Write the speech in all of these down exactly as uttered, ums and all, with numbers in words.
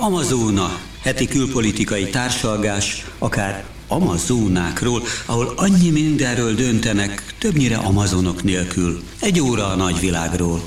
Amazóna, heti külpolitikai társalgás, akár amazónákról, ahol annyi mindenről döntenek, többnyire amazonok nélkül. Egy óra a nagyvilágról.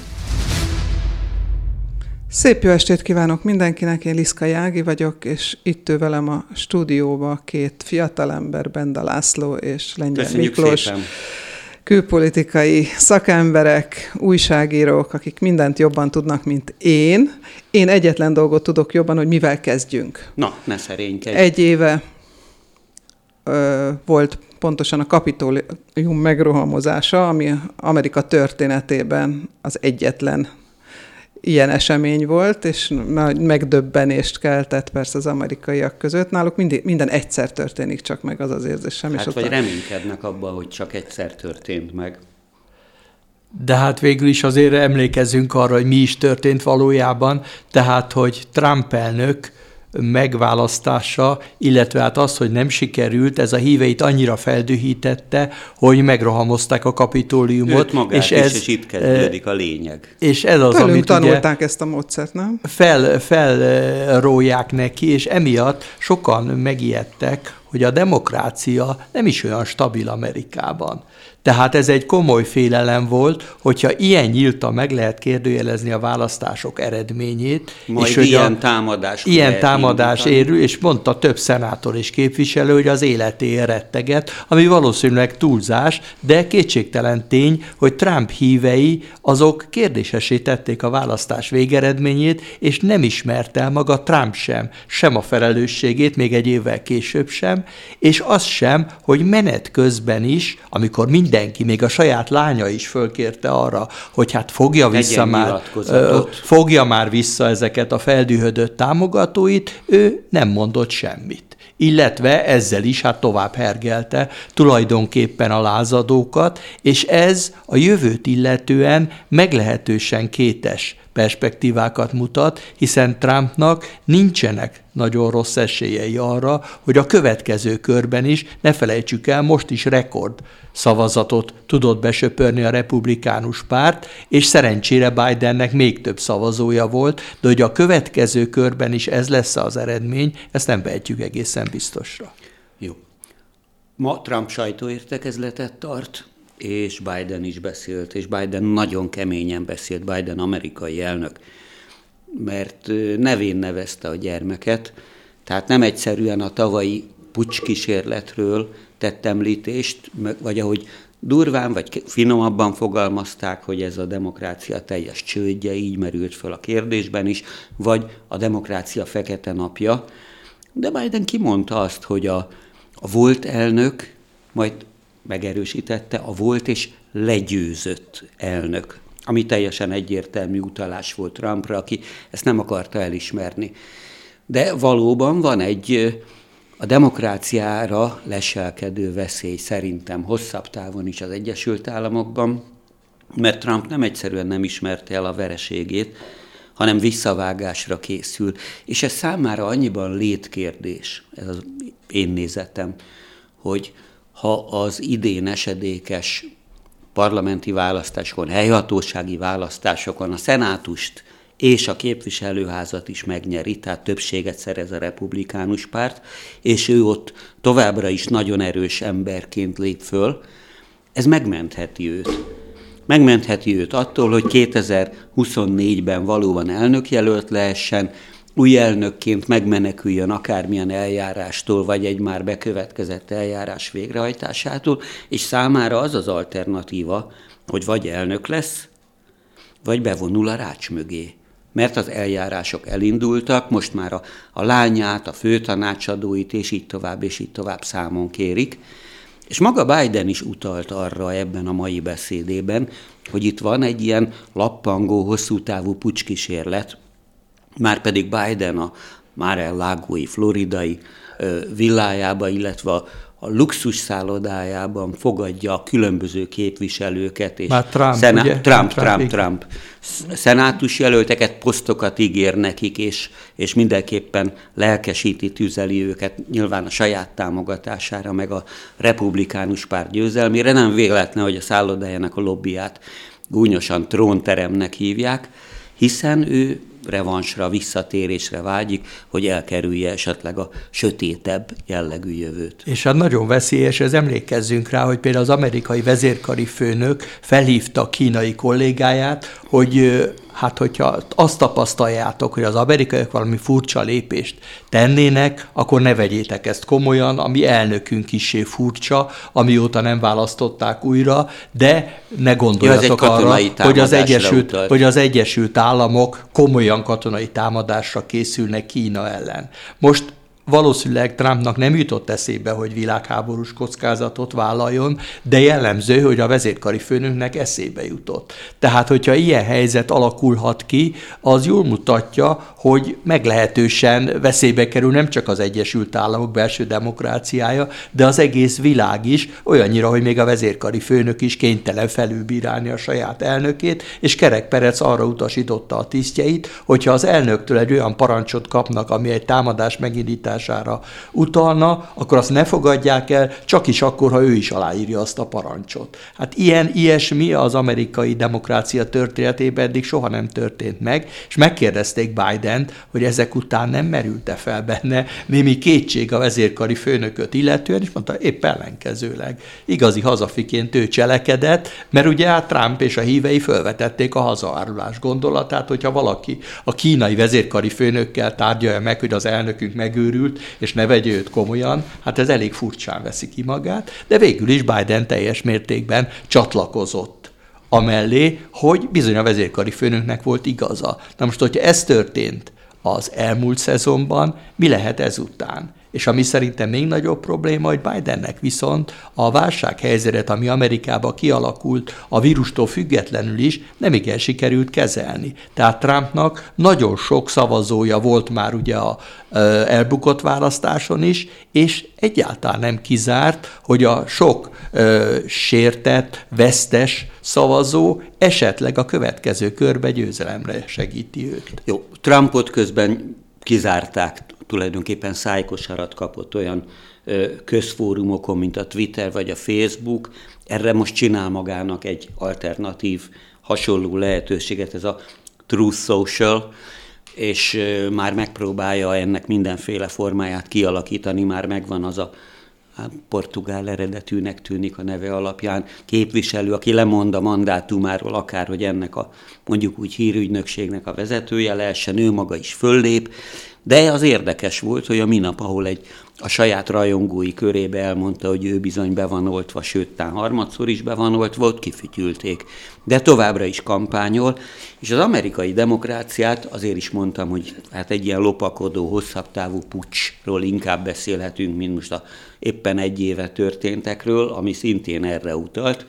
Szép jó estét kívánok mindenkinek, én Liszkai Ági vagyok, és itt ő velem a stúdióba két fiatalember, Benda László és Lengyel Köszönjük Miklós. Szépen. Külpolitikai szakemberek, újságírók, akik mindent jobban tudnak, mint én. Én egyetlen dolgot tudok jobban, hogy mivel kezdjünk. Na, ne szerénykedj. Egy éve ö, volt pontosan a Kapitolium megrohamozása, ami Amerika történetében az egyetlen ilyen esemény volt, és megdöbbenést keltett persze az amerikaiak között. Náluk mindig, minden egyszer történik csak meg, az az érzésem. Hát és vagy ott reménykednek abban, hogy csak egyszer történt meg. De hát végül is azért emlékezzünk arra, hogy mi is történt valójában, tehát, hogy Trump elnök megválasztása, illetve hát az, hogy nem sikerült, ez a híveit annyira feldühítette, hogy megrohamozták a Kapitóliumot. Őt magát és is, ez, és itt kezdődik a lényeg. És ez az, Tőlünk amit tanulták ugye ezt a módszert, nem? fel, felróják neki, és emiatt sokan megijedtek, hogy a demokrácia nem is olyan stabil Amerikában. Tehát ez egy komoly félelem volt, hogyha ilyen nyíltan meg lehet kérdőjelezni a választások eredményét. Majd és ilyen a, támadás. Ilyen támadás érül, és mondta több szenátor és képviselő, hogy az életéért retteget, ami valószínűleg túlzás, de kétségtelen tény, hogy Trump hívei azok kérdésessé tették a választás végeredményét, és nem ismerte el maga Trump sem, sem a felelősségét, még egy évvel később sem, és az sem, hogy menet közben is, amikor mindenki, még a saját lánya is fölkérte arra, hogy hát fogja vissza már, fogja már vissza ezeket a feldühödött támogatóit, ő nem mondott semmit. Illetve ezzel is hát tovább hergelte tulajdonképpen a lázadókat, és ez a jövőt illetően meglehetősen kétes perspektívákat mutat, hiszen Trumpnak nincsenek nagyon rossz esélyei arra, hogy a következő körben is, ne felejtsük el, most is rekord szavazatot tudott besöpörni a republikánus párt, és szerencsére Bidennek még több szavazója volt, de hogy a következő körben is ez lesz az eredmény, ezt nem vehetjük egészen biztosra. Jó. Ma Trump sajtóértekezletet tart, és Biden is beszélt, és Biden nagyon keményen beszélt, Biden amerikai elnök, mert nevén nevezte a gyermeket, tehát nem egyszerűen a tavalyi pucskísérletről tett említést, vagy ahogy durván vagy finomabban fogalmazták, hogy ez a demokrácia teljes csődje, így merült föl a kérdésben is, vagy a demokrácia fekete napja. De Biden kimondta azt, hogy a, a volt elnök, majd megerősítette, a volt és legyőzött elnök, ami teljesen egyértelmű utalás volt Trumpra, aki ezt nem akarta elismerni. De valóban van egy a demokráciára leselkedő veszély szerintem hosszabb távon is az Egyesült Államokban, mert Trump nem egyszerűen nem ismerte el a vereségét, hanem visszavágásra készül. És ez számára annyiban létkérdés, ez az én nézetem, hogy ha az idén esedékes parlamenti választásokon, helyhatósági választásokon a szenátust és a képviselőházat is megnyeri, tehát többséget szerez a republikánus párt, és ő ott továbbra is nagyon erős emberként lép föl, ez megmentheti őt. Megmentheti őt attól, hogy kétezer-huszonnégyben valóban elnökjelölt lehessen, új elnökként megmeneküljön akármilyen eljárástól, vagy egy már bekövetkezett eljárás végrehajtásától, és számára az az alternatíva, hogy vagy elnök lesz, vagy bevonul a rács mögé. Mert az eljárások elindultak, most már a, a lányát, a főtanácsadóit, és így tovább, és így tovább számon kérik. És maga Biden is utalt arra ebben a mai beszédében, hogy itt van egy ilyen lappangó, hosszú távú pucskísérlet, márpedig Biden a Mar-a-Lagói, floridai ö, villájába, illetve a, a luxus szállodájában fogadja a különböző képviselőket, és Trump, szená- ugye? Trump, Trump, Trump, Trump, szenátusjelölteket, posztokat ígér nekik, és, és mindenképpen lelkesíti, tüzeli őket nyilván a saját támogatására, meg a republikánus párt győzelmére. Nem véletlen, hogy a szállodájának a lobbyját gúnyosan trónteremnek hívják, hiszen ő revansra, visszatérésre vágyik, hogy elkerülje esetleg a sötétebb jellegű jövőt. És hát nagyon veszélyes, ez emlékezzünk rá, hogy például az amerikai vezérkari főnök felhívta a kínai kollégáját, hogy hát hogyha azt tapasztaljátok, hogy az amerikaiak valami furcsa lépést tennének, akkor ne vegyétek ezt komolyan, ami elnökünk kissé furcsa, amióta nem választották újra, de ne gondoljatok ja, arra, hogy az, Egyesült, hogy az Egyesült Államok komolyan katonai támadásra készülnek Kína ellen. Most valószínűleg Trumpnak nem jutott eszébe, hogy világháborús kockázatot vállaljon, de jellemző, hogy a vezérkari főnöknek eszébe jutott. Tehát, hogyha ilyen helyzet alakulhat ki, az jól mutatja, hogy meglehetősen veszélybe kerül nem csak az Egyesült Államok belső demokráciája, de az egész világ is, olyannyira, hogy még a vezérkari főnök is kénytelen felülbírálni a saját elnökét, és Kerek Perec arra utasította a tisztjeit, hogyha az elnöktől egy olyan parancsot kapnak, ami egy támadás megindítás utalna, akkor azt ne fogadják el, csak is akkor, ha ő is aláírja azt a parancsot. Hát ilyen, ilyesmi az amerikai demokrácia történetében eddig soha nem történt meg, és megkérdezték Bident, hogy ezek után nem merült-e fel benne némi kétség a vezérkari főnököt illetően, és mondta, épp ellenkezőleg. Igazi hazafiként ő cselekedett, mert ugye hát Trump és a hívei fölvetették a hazaárulás gondolatát, hogyha valaki a kínai vezérkari főnökkel tárgyalja meg, hogy az elnökünk megőrül, és ne vegye őt komolyan, hát ez elég furcsán veszi ki magát, de végül is Biden teljes mértékben csatlakozott amellé, hogy bizony a vezérkari főnöknek volt igaza. Na most, hogyha ez történt az elmúlt szezonban, mi lehet ezután? És ami szerintem még nagyobb probléma, hogy Bidennek viszont a válsághelyzetet, ami Amerikában kialakult, a vírustól függetlenül is nem igen sikerült kezelni. Tehát Trumpnak nagyon sok szavazója volt már ugye a elbukott választáson is, és egyáltalán nem kizárt, hogy a sok ö, sértett, vesztes szavazó esetleg a következő körbe győzelemre segíti őt. Jó, Trumpot közben kizárták, tulajdonképpen szájkosarat kapott olyan ö, közfórumokon, mint a Twitter vagy a Facebook. Erre most csinál magának egy alternatív, hasonló lehetőséget, ez a Truth Social, és ö, már megpróbálja ennek mindenféle formáját kialakítani, már megvan az a hát, portugál eredetűnek tűnik a neve alapján képviselő, aki lemond a mandátumáról, akár hogy ennek a mondjuk úgy hírügynökségnek a vezetője lehessen, ő maga is föllép. De az érdekes volt, hogy a minap, ahol egy a saját rajongói körébe elmondta, hogy ő bizony be van oltva, sőt, tán harmadszor is be van oltva, ott kifütyülték. De továbbra is kampányol, és az amerikai demokráciát azért is mondtam, hogy hát egy ilyen lopakodó, hosszabb távú puccsról inkább beszélhetünk, mint most a éppen egy éve történtekről, ami szintén erre utalt,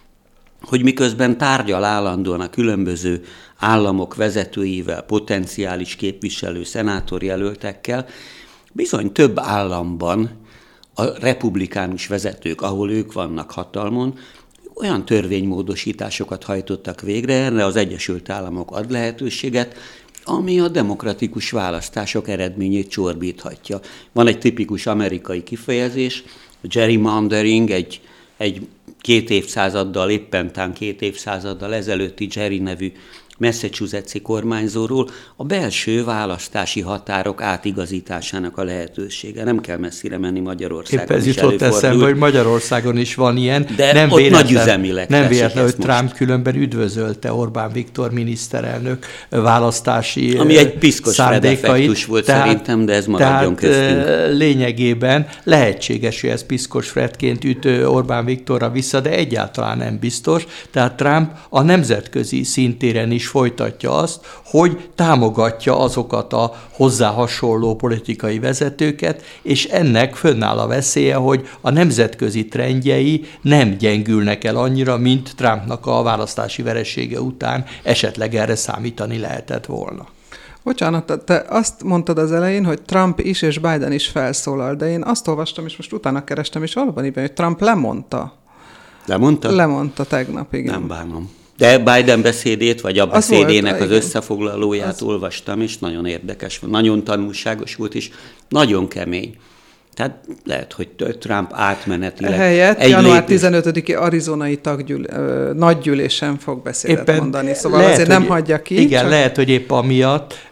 hogy miközben tárgyal állandóan a különböző államok vezetőivel, potenciális képviselő, szenátorjelöltekkel, bizony több államban a republikánus vezetők, ahol ők vannak hatalmon, olyan törvénymódosításokat hajtottak végre, erre az Egyesült Államok ad lehetőséget, ami a demokratikus választások eredményét csorbíthatja. Van egy tipikus amerikai kifejezés, a gerrymandering, egy, egy két évszázaddal, éppen tán két évszázaddal ezelőtti Jerry nevű Massachusetts-i kormányzóról, a belső választási határok átigazításának a lehetősége. Nem kell messzire menni Magyarországon. Épp ez jutott eszembe, hogy Magyarországon is van ilyen. De nem ott véletlen, nagy üzemileg nem véletlen, hogy Trump most különben üdvözölte Orbán Viktor miniszterelnök választási ami egy piszkos Fred-effektus volt tehát, szerintem, de ez maradjon köztünk. Lényegében lehetséges, hogy ez piszkos Fredként üt Orbán Viktorra vissza, de egyáltalán nem biztos. Tehát Trump a nemzetközi szintéren is folytatja azt, hogy támogatja azokat a hozzá hasonló politikai vezetőket, és ennek fönnáll a veszélye, hogy a nemzetközi trendjei nem gyengülnek el annyira, mint Trumpnak a választási veresége után esetleg erre számítani lehetett volna. Bocsánat, te azt mondtad az elején, hogy Trump is és Biden is felszólal, de én azt olvastam, és most utána kerestem, és valóban így, hogy Trump lemondta. Lemondta? Lemondta tegnap, igen. Nem bánom. De Biden beszédét, vagy a beszédének az, volt, az összefoglalóját az... olvastam, és nagyon érdekes volt, nagyon tanulságos volt, és nagyon kemény. Tehát lehet, hogy Trump átmenetileg... Helyett január tizenötödiki arizonai taggyűl, ö, nagygyűlésen fog beszédet éppen mondani, szóval lehet, azért nem hagyja ki. Igen, csak... lehet, hogy épp amiatt,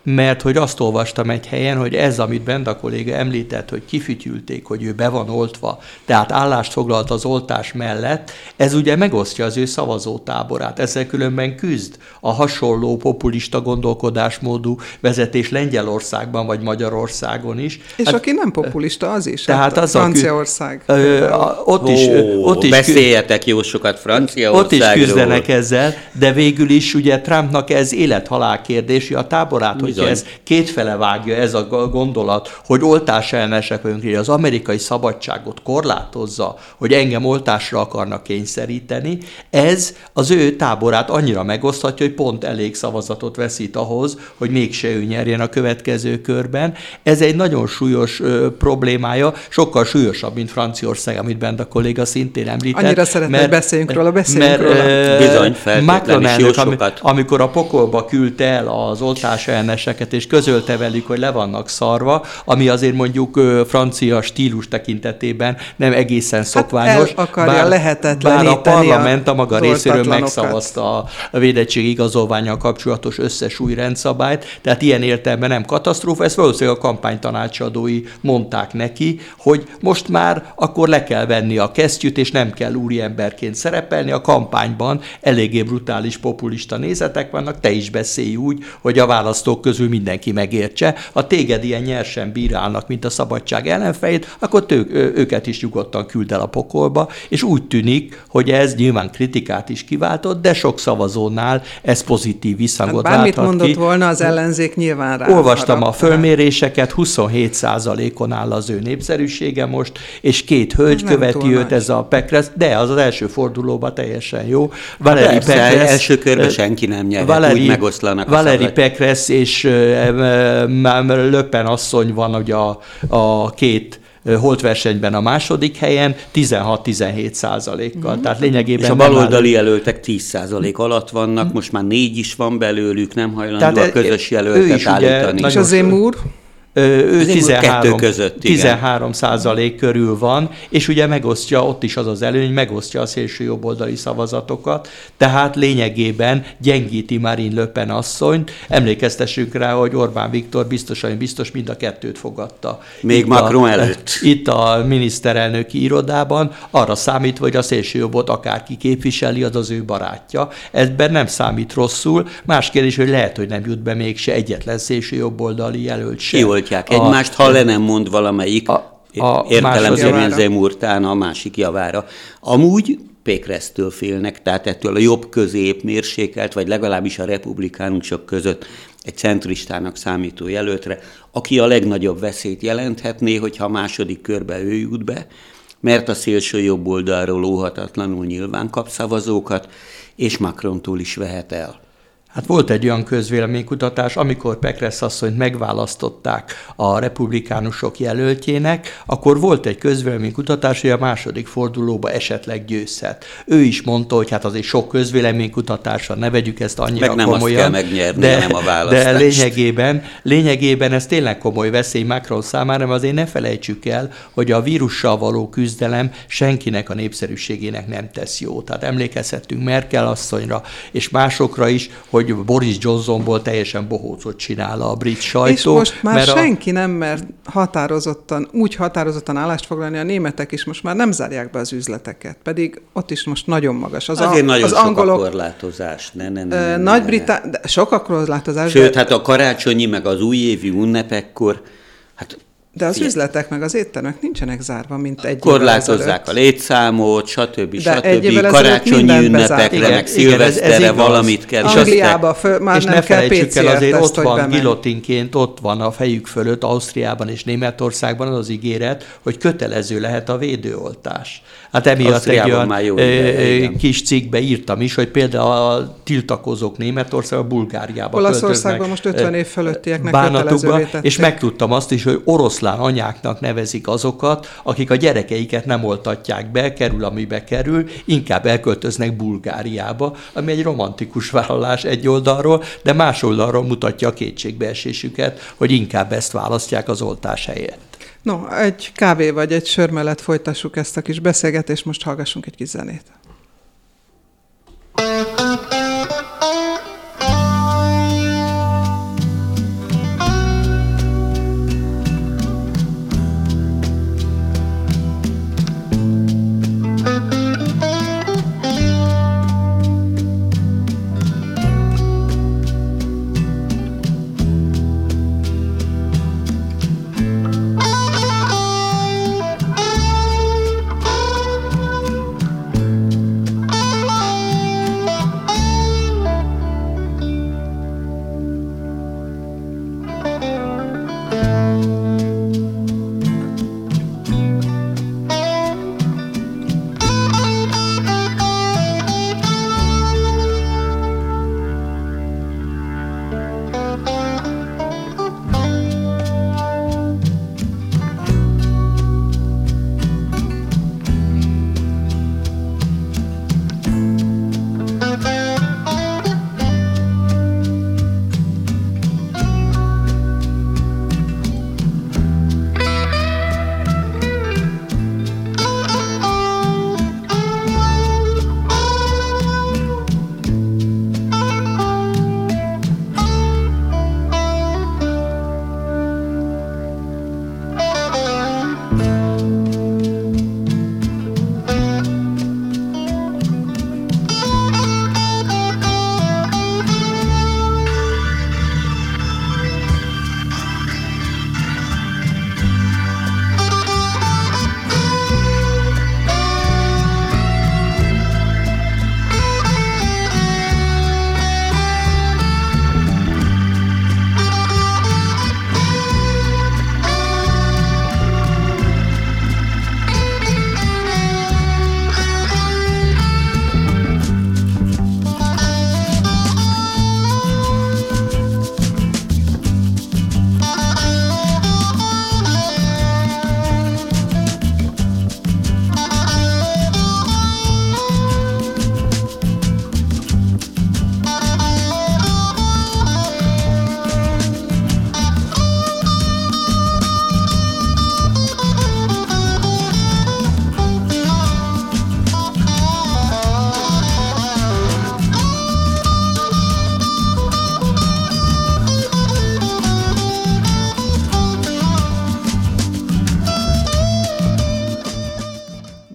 mert hogy azt olvastam egy helyen, hogy ez, amit Benda kolléga említett, hogy kifütyülték, hogy ő be van oltva, tehát állást foglalt az oltás mellett, ez ugye megosztja az ő szavazótáborát. Ezzel különben küzd a hasonló populista gondolkodásmódú vezetés Lengyelországban vagy Magyarországon is. És hát, aki nem populista, az is. Tehát hát az Franciaország. A, ö, a, ott is, Ó, ott is beszéljetek jó sokat Franciaországról. Ott is küzdenek ezzel, de végül is ugye Trumpnak ez élet-halál kérdés, a táborát, hogyha ez kétfele vágja ez a gondolat, hogy oltásellenesek vagyunk, hogy az amerikai szabadságot korlátozza, hogy engem oltásra akarnak kényszeríteni, ez az ő táborát annyira megoszthatja, hogy pont elég szavazatot veszít ahhoz, hogy mégse ő nyerjen a következő körben. Ez egy nagyon súlyos ö, problémája, sokkal súlyosabb, mint Franciaország, amit Benda kolléga szintén említett. Annyira szeretne, hogy beszéljünk róla, beszéljünk mert, róla. Ö, Bizony, feltétlenül is jó sokat. Amikor a pokolba küldte el az oltáselleneseket, és közölte velük, hogy le vannak szarva, ami azért mondjuk ö, francia stílus tekintetében nem egészen szokványos. Hát el akarja bár, lehetetleníteni bár a parlament a maga részéről oltatlanokat. megszavazta a védettségi igazolvánnyal kapcsolatos összes új rendszabályt, tehát ilyen értelemben nem katasztrófa, ezt valószínűleg a kampánytanácsadói mondták neki, hogy most már akkor le kell venni a kesztyűt, és nem kell úriemberként szerepelni, a kampányban eléggé brutális populista nézetek vannak, te is beszélj úgy, hogy a választók közül mindenki megértse. Ha téged ilyen nyersen bírálnak, mint a szabadság ellenfejét, akkor tő, őket is nyugodtan küld el a pokolba, és úgy tűnik, hogy ez nyilván kritikát is kiváltott, de sok szavazónál ez pozitív visszhangot hát bármit láthat mondott ki. volna, az ellenzék nyilván rá. Olvastam a fölméréseket, huszonhét százalékon áll az ő népszerűsége most, és két hölgy nem követi őt, nagy. ez a Pécresse, de az az első fordulóban teljesen jó. Valérie Persze, Pécresse, első körben senki nem nyerhet, Valérie, úgy megoszlanak a Valérie szavak. Pécresse és uh, Le Pen asszony van ugye a, a két holtversenyben a második helyen tizenhat-tizenhét százalékkal. Tehát lényegében És a baloldali jelöltek tíz százalék alatt vannak, most már négy is van belőlük, nem hajlandó a közös jelöltet állítani. És az Zemmour? Ő tizenhárom, között, tizenhárom százalék körül van, és ugye megosztja, ott is az az előny, hogy megosztja a szélső jobboldali szavazatokat, tehát lényegében gyengíti Marine Le Pen asszonyt. Emlékeztessünk rá, hogy Orbán Viktor biztosan, biztos mind a kettőt fogadta. Még itt Macron a, előtt. Itt a miniszterelnöki irodában, arra számítva, hogy a szélső jobbot akárki képviseli, az az ő barátja. Ebben nem számít rosszul. Más kérdés, hogy lehet, hogy nem jut be mégse egyetlen szélső jobboldali jelölt sem. Egymást, ha le nem mond valamelyik, a, a értelemszerűen Zemmour a másik javára. Amúgy Pécresse-től félnek, tehát ettől a jobb-közép mérsékelt, vagy legalábbis a republikánusok között egy centristának számító jelöltre, aki a legnagyobb veszélyt jelenthetné, hogyha a második körbe ő jut be, mert a szélső jobb oldalról óhatatlanul nyilván kap szavazókat, és Macrontól is vehet el. Hát volt egy olyan közvéleménykutatás, amikor Pécresse asszonyt megválasztották a republikánusok jelöltjének, akkor volt egy közvéleménykutatás, hogy a második fordulóba esetleg győzhet. Ő is mondta, hogy hát azért sok közvéleménykutatásra ne vegyük ezt annyira meg nem komolyan. Azt kell megnyerni, de, nem a választást. De lényegében, lényegében ez tényleg komoly veszély Macron számára, mert azért ne felejtsük el, hogy a vírussal való küzdelem senkinek a népszerűségének nem tesz jó. Tehát emlékezhetünk Merkel asszonyra és másokra is, hogy hogy Boris Johnsonból teljesen bohócot csinál a brit sajtó. És most már mert senki a... nem mer határozottan, úgy határozottan állást foglalni, a németek is most már nem zárják be az üzleteket, pedig ott is most nagyon magas. Az Azért a, nagyon az sok angolok, a korlátozás. Ne, ne, ne, ne, Nagy-Britán... De sok a korlátozás. Sőt, de... hát a karácsonyi, meg az újévi ünnepekkor, hát de az üzletek meg az éttermek nincsenek zárva, mint egy korlátozzák a létszámot, stb. stb. De Karácsonyi ünnepekre, meg szilveszterre valamit kell. Angliába föl, már és nem ne kell pé cé er el, azért teszt, ott van bemenj. gilotinként, ott van a fejük fölött, Ausztriában és Németországban az az ígéret, hogy kötelező lehet a védőoltás. Hát emiatt egy olyan ide, kis cikkbe írtam is, hogy például a tiltakozók Németországban, Bulgáriában Olaszországban most ötven év fölöttieknek kötelezővé tették. És megtudtam azt is, hogy oroszlán anyáknak nevezik azokat, akik a gyerekeiket nem oltatják be, kerül, amibe kerül, inkább elköltöznek Bulgáriába, ami egy romantikus vállalás egy oldalról, de más oldalról mutatja a kétségbeesésüket, hogy inkább ezt választják az oltás helyett. No, egy kávé vagy egy sör mellett folytassuk ezt a kis beszélgetést, most hallgassunk egy kis zenét.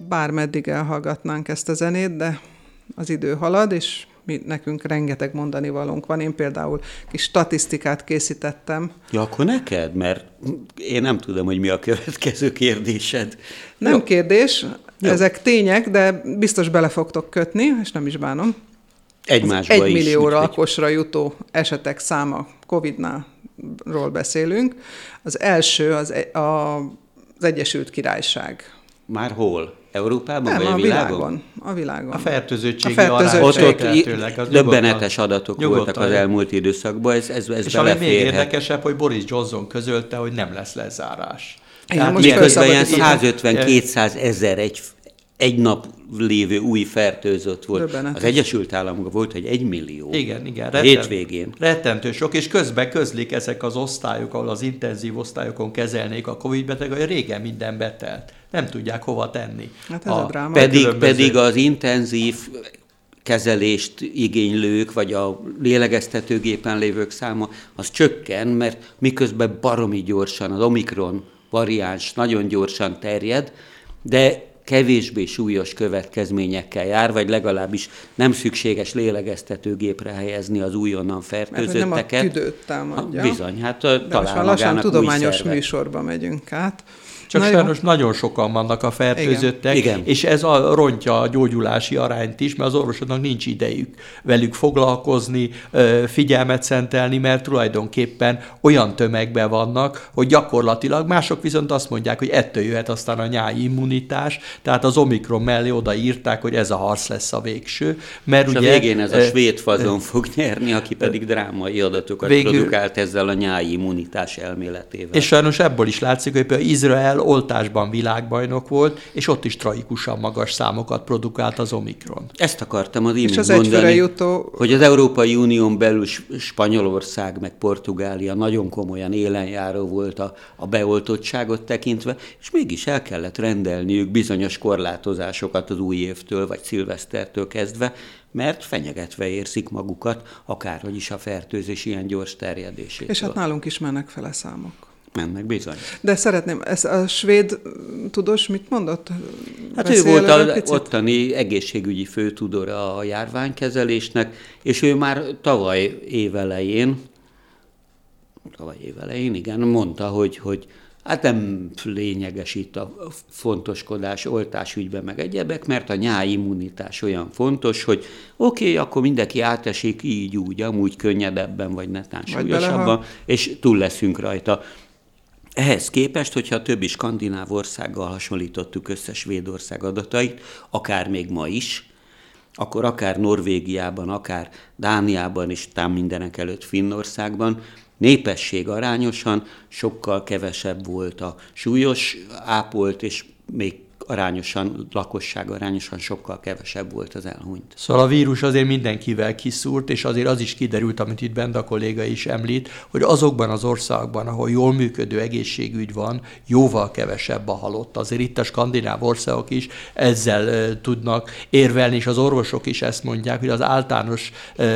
bármeddig elhallgatnánk ezt a zenét, de az idő halad, és mi, nekünk rengeteg mondani valónk van. Én például kis statisztikát készítettem. Ja, akkor neked? Mert én nem tudom, hogy mi a következő kérdésed. Nem Jó. kérdés, Jó. Ezek tények, de biztos bele fogtok kötni, és nem is bánom. Egymásba Egy is. millióra úgyhogy- lakosra jutó esetek száma Covid-nál ról beszélünk. Az első az, e- a, az Egyesült Királyság. Már hol? Európában Nem, vagy a a világon? világon. A világon. A fertőzöttségi A fertőzöttség. Ott, arány ott feltehetőleg, az döbbenetes nyugodtan- adatok nyugodtan voltak az jó. elmúlt időszakban, ez, ez, ez És ami még beleférhet. érdekesebb, hogy Boris Johnson közölte, hogy nem lesz lezárás. Igen, Tehát most ilyen- Miközben ilyen felszabadítják. százötven-kétszáz ezer egy, egy nap lévő új fertőzött volt. Döbbenetes. Az Egyesült Államokban volt, hogy egy millió. Igen, igen. A retten- hétvégén. Rettentő sok, és közben közlik ezek az osztályok, ahol az intenzív osztályokon kezelnék a Covid-beteg, hogy régen minden betelt. Nem tudják hova tenni. Hát ez a dráma. Pedig, különböző- pedig az intenzív kezelést igénylők, vagy a lélegeztetőgépen lévők száma, az csökken, mert miközben baromi gyorsan az Omikron variáns nagyon gyorsan terjed, de kevésbé súlyos következményekkel jár, vagy legalábbis nem szükséges lélegeztetőgépre helyezni az újonnan Mert hogy nem a fertőzötteket. tüdőt támadja. Ha, bizony, hát De most talál már lassan magának új tudományos szervet. műsorba megyünk át. Csak Na jó. sajnos nagyon sokan vannak a fertőzöttek, Igen. és ez a rontja a gyógyulási arányt is, mert az orvosoknak nincs idejük velük foglalkozni, ö, figyelmet szentelni, mert tulajdonképpen olyan tömegben vannak, hogy gyakorlatilag mások viszont azt mondják, hogy ettől jöhet aztán a nyári immunitás, tehát az Omikron mellé odaírták, hogy ez a harc lesz a végső, mert És a ugye... végén ez a ö, svéd fazon fog nyerni, aki pedig drámai adatokat Végül- produkált ezzel a nyári immunitás elméletével. És sajnos ebből is látszik, hogy például Izrael oltásban világbajnok volt, és ott is tragikusan magas számokat produkált az Omikron. Ezt akartam az imént az egyfőre mondani, jutó- hogy az Európai Unión belül Spanyolország meg Portugália nagyon komolyan élenjáró volt a, a beoltottságot tekintve, és mégis el kellett rendelniük bizonyos korlátozásokat az új évtől vagy szilvesztertől kezdve, mert fenyegetve érzik magukat, akárhogy is a fertőzés ilyen gyors terjedésétől. És hát nálunk is mennek fele számok. Mennek bizony. De szeretném, ez a svéd tudós mit mondott? Hát ő Beszélj volt erről az picit? ottani egészségügyi főtudora a járványkezelésnek, és ő már tavaly évelején, tavaly évelején, igen, mondta, hogy, hogy hát nem lényeges itt a fontoskodás oltásügyben meg egyebek, mert a nyári immunitás olyan fontos, hogy oké, okay, akkor mindenki átesik így úgy, amúgy könnyedebben, vagy netán Vagy súlyosabban, beleha- és túl leszünk rajta. Ehhez képest, hogyha a többi skandináv országgal hasonlítottuk össze Svédország adatait, akár még ma is, akkor akár Norvégiában, akár Dániában, és tám mindenek előtt Finnországban népesség arányosan sokkal kevesebb volt a súlyos ápolt, és még arányosan, lakosság arányosan sokkal kevesebb volt az elhunyt. Szóval a vírus azért mindenkivel kiszúrt, és azért az is kiderült, amit itt Benda kolléga is említ, hogy azokban az országban, ahol jól működő egészségügy van, jóval kevesebb a halott. Azért itt a skandináv országok is ezzel uh, tudnak érvelni, és az orvosok is ezt mondják, hogy az általános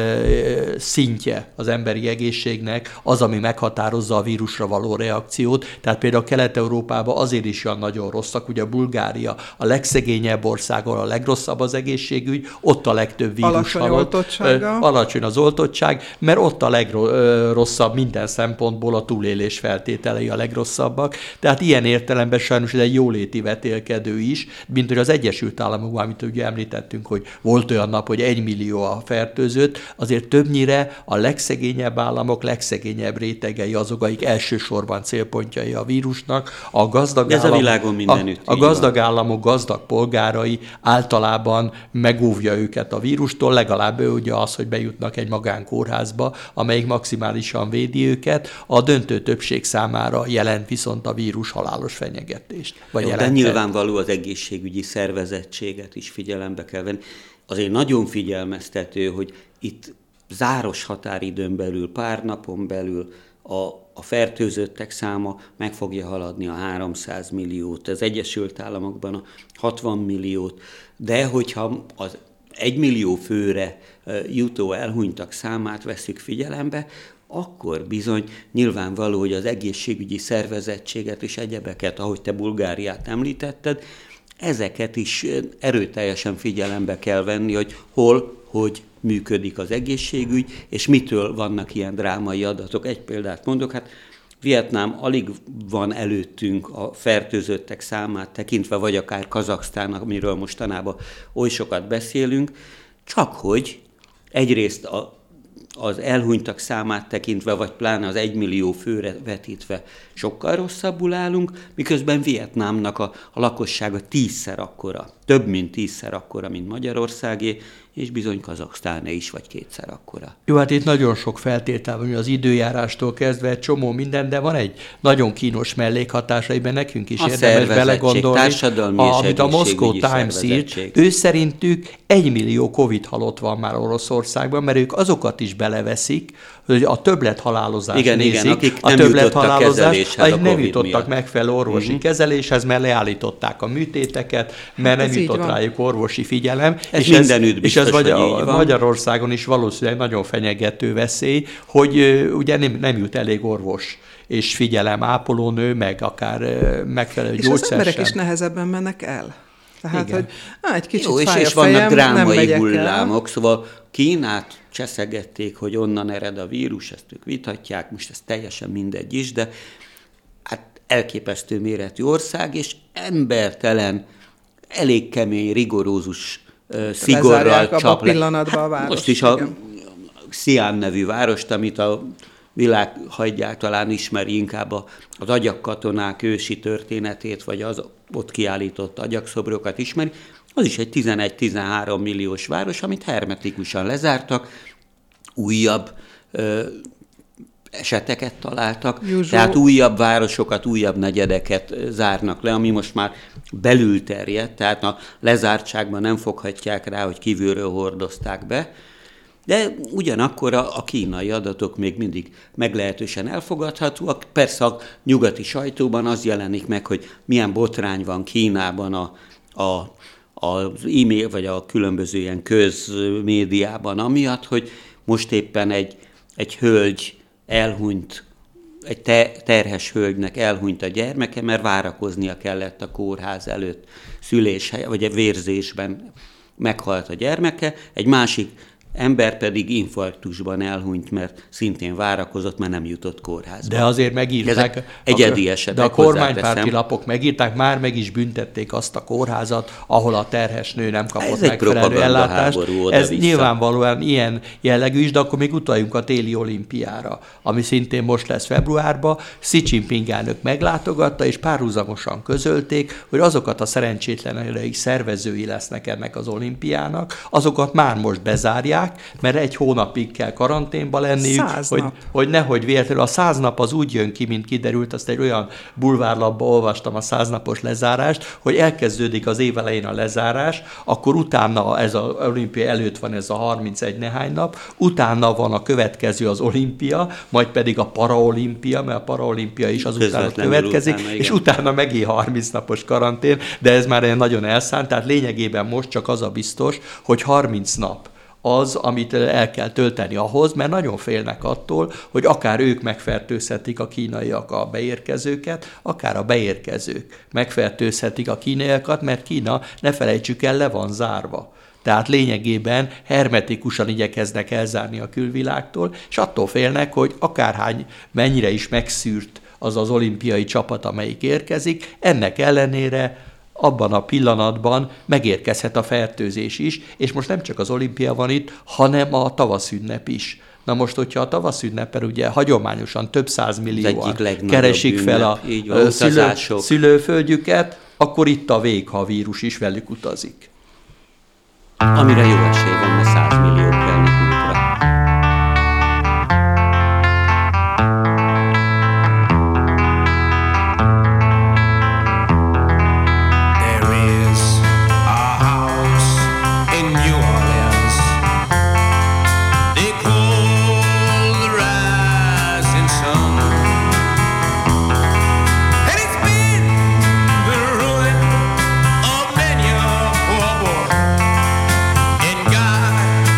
uh, szintje az emberi egészségnek az, ami meghatározza a vírusra való reakciót. Tehát például Kelet-Európában azért is olyan nagyon rosszak, ugye a Bulgária a legszegényebb ország, ahol a legrosszabb az egészségügy, ott a legtöbb vírus Alacsony halott. oltottsága. Ö, Alacsony az oltottság, mert ott a legrosszabb minden szempontból a túlélés feltételei a legrosszabbak. Tehát ilyen értelemben sajnos ez egy jóléti vetélkedő is, mint hogy az Egyesült Államokban, amit ugye említettünk, hogy volt olyan nap, hogy egy millió a fertőzött, azért többnyire a legszegényebb államok, legszegényebb rétegei azok, akik elsősorban célpontjai a vírusnak. A gazdag De ez a állam- világon mindenütt A, a így gazdag államok gazdag polgárai általában megóvja őket a vírustól, legalább ő ugye az, hogy bejutnak egy magánkórházba, amelyik maximálisan védi őket, a döntő többség számára jelent viszont a vírus halálos fenyegetést. Vagy Jó, de jelenthet. nyilvánvaló az egészségügyi szervezettséget is figyelembe kell venni. Azért nagyon figyelmeztető, hogy itt záros határidőn belül, pár napon belül a, a fertőzöttek száma meg fogja haladni a háromszáz milliót, az Egyesült Államokban a hatvan milliót, de hogyha az egy millió főre jutó elhunytak számát veszük figyelembe, akkor bizony nyilvánvaló, hogy az egészségügyi szervezettséget és egyebeket, ahogy te Bulgáriát említetted, ezeket is erőteljesen figyelembe kell venni, hogy hol, hogy működik az egészségügy, és mitől vannak ilyen drámai adatok. Egy példát mondok, hát Vietnám alig van előttünk a fertőzöttek számát tekintve, vagy akár Kazaksztán, amiről mostanában oly sokat beszélünk, csak hogy egyrészt a, az elhunytak számát tekintve, vagy pláne az egymillió főre vetítve sokkal rosszabbul állunk, miközben Vietnámnak a, a lakossága tízszer akkora, több mint tízszer akkora, mint Magyarországé, és bizony Kazaksztáné is, vagy kétszer akkora. Jó, hát itt nagyon sok feltétel van, az időjárástól kezdve egy csomó minden, de van egy nagyon kínos mellékhatás, amiben nekünk is a érdemes belegondolni, társadalmi a, amit a Moscow Times írt. Ő szerintük egymillió Covid halott van már Oroszországban, mert ők azokat is beleveszik, hogy a többlethalálozást igen, nézik, igen, akik a nem többlethalálozás, akik nem jutottak miatt. megfelelő orvosi uh-huh. kezeléshez, mert leállították a műtéteket, mert hát nem jutott rájuk orvosi figyelem. Ez és mindenütt biztos, és ez hogy Magyar, Magyarországon is valószínűleg nagyon fenyegető veszély, hogy ugye nem, nem jut elég orvos és figyelem, ápolónő, meg akár megfelelő és gyógyszer sem. És az emberek is nehezebben mennek el. Tehát, igen. hogy á, egy kicsit jó, és, fáj és a fejem, vannak drámai hullámok, szóval Kínát cseszegették, hogy onnan ered a vírus, ezt ők vitatják, most ez teljesen mindegy is, de hát elképesztő méretű ország, és embertelen, elég kemény, rigorózus uh, szigorral csap le. Hát, város, most is igen. A Xi'an nevű várost, amit a világ hagyját talán ismeri inkább az agyakkatonák ősi történetét, vagy az ott kiállított agyakszobrokat ismeri, az is egy tizenegy-tizenhárom milliós város, amit hermetikusan lezártak, újabb ö, eseteket találtak, Júzsó. Tehát újabb városokat, újabb negyedeket zárnak le, ami most már belül terjedt, tehát a lezártságban nem foghatják rá, hogy kívülről hordozták be, de ugyanakkor a, a kínai adatok még mindig meglehetősen elfogadhatóak. Persze a nyugati sajtóban az jelenik meg, hogy milyen botrány van Kínában a, a, az e-mail, vagy a különböző ilyen közmédiában, amiatt, hogy most éppen egy, egy hölgy elhunyt, egy te, terhes hölgynek elhunyt a gyermeke, mert várakoznia kellett a kórház előtt szülés, vagy a vérzésben meghalt a gyermeke, egy másik ember pedig infarktusban elhunyt, mert szintén várakozott, mert nem jutott kórházba. De azért megírták. Egyedi esetek. De a kormánypárti lapok megírták, már meg is büntették azt a kórházat, ahol a terhes nő nem kapott ez megfelelő ellátást. Ez vissza. Nyilvánvalóan ilyen jellegű is, de akkor még utaljunk a téli olimpiára, ami szintén most lesz februárban. Xi Jinping elnök meglátogatta, és párhuzamosan közölték, hogy azokat a szerencsétlenek szervezői lesznek ennek az olimpiának, azokat már most bezárják, mert egy hónapig kell karanténba lenniük, hogy, hogy nehogy véletlenül. A száz nap az úgy jön ki, mint kiderült, azt egy olyan bulvárlapban olvastam a száznapos lezárást, hogy elkezdődik az év elején a lezárás, akkor utána ez az olimpia előtt van ez a harmincegy nehány nap, utána van a következő az olimpia, majd pedig a paraolimpia, mert a paraolimpia is azután következik, utána, és utána megint harminc napos karantén, de ez már ilyen nagyon elszánt, tehát lényegében most csak az a biztos, hogy harminc nap az, amit el kell tölteni ahhoz, mert nagyon félnek attól, hogy akár ők megfertőzhetik a kínaiak a beérkezőket, akár a beérkezők megfertőzhetik a kínaiakat, mert Kína, ne felejtsük el, le van zárva. Tehát lényegében hermetikusan igyekeznek elzárni a külvilágtól, és attól félnek, hogy akárhány, mennyire is megszűrt az az olimpiai csapat, amelyik érkezik, ennek ellenére abban a pillanatban megérkezhet a fertőzés is, és most nem csak az olimpia van itt, hanem a tavaszünnep is. Na most, hogyha a tavaszünnepen ugye hagyományosan több százmillióan keresik fel a van, szülő, szülőföldjüket, akkor itt a vég, ha a vírus is velük utazik. Amire jó esély van, mert százmillió kell nekünkre. God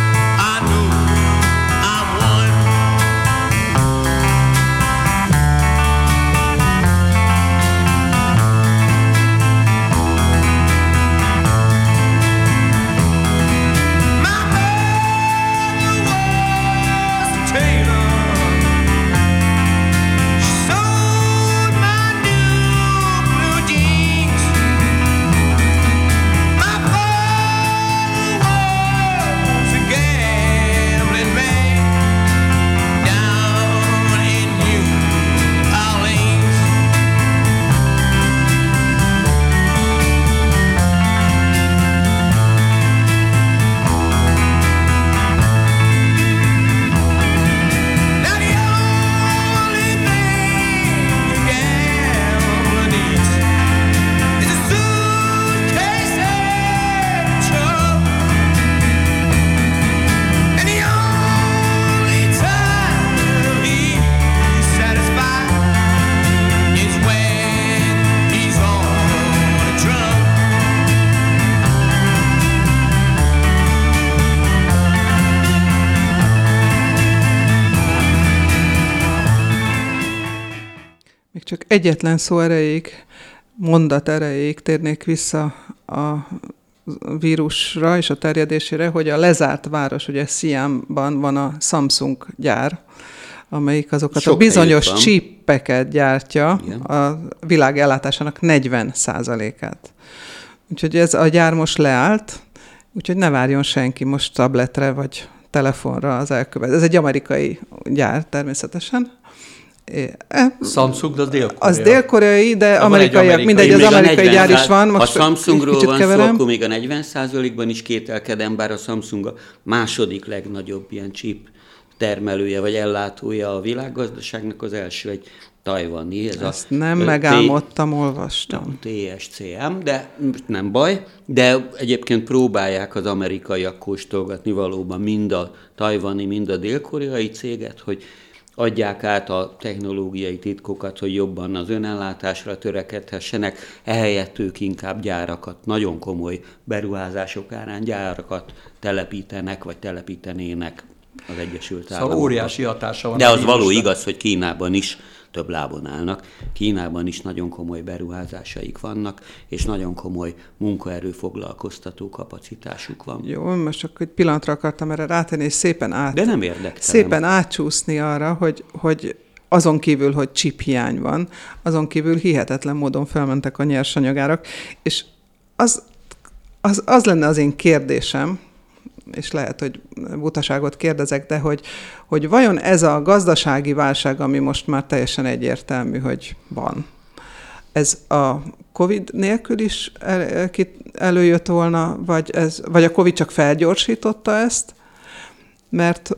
Még csak egyetlen szó erejéig, mondat erejéig térnék vissza a vírusra és a terjedésére, hogy a lezárt város, ugye Sziamban van a Samsung gyár, amelyik azokat Sok a bizonyos csípeket gyártja, igen, a világ ellátásának negyven százalékát. Úgyhogy ez a gyár most leállt, úgyhogy ne várjon senki most tabletre vagy telefonra az elkövetkező. Ez egy amerikai gyár természetesen. Samsung, az dél-koreai. Az dél-koreai, de amerikaiak, amerikai, mindegy, az amerikai gyár is van. Ha Samsungról van szó, akkor még a negyven százalékban is kételkedem, bár a Samsung a második legnagyobb ilyen chip termelője vagy ellátója a világgazdaságnak, az első egy tajvani. Ez Ezt a, nem megálmodtam, T- olvastam. té es cé em, de nem baj. De egyébként próbálják az amerikaiak kóstolgatni valóban mind a tajvani, mind a dél-koreai céget, hogy adják át a technológiai titkokat, hogy jobban az önellátásra törekedhessenek, ehelyett ők inkább gyárakat, nagyon komoly beruházások árán gyárakat telepítenek, vagy telepítenének az Egyesült Államokban. Szóval óriási hatása van. De az való igaz, hogy Kínában is több lábon állnak. Kínában is nagyon komoly beruházásaik vannak, és nagyon komoly munkaerő foglalkoztató kapacitásuk van. Jó, most csak egy pillanatra akartam erre rátenni, és szépen át... De nem érdektelen. Szépen átcsúszni arra, hogy, hogy azon kívül, hogy chip hiány van, azon kívül hihetetlen módon felmentek a nyersanyagárak, és az, az, az lenne az én kérdésem, és lehet, hogy butaságot kérdezek, de hogy, hogy vajon ez a gazdasági válság, ami most már teljesen egyértelmű, hogy van, ez a Covid nélkül is el, előjött volna, vagy, ez, vagy a Covid csak felgyorsította ezt? Mert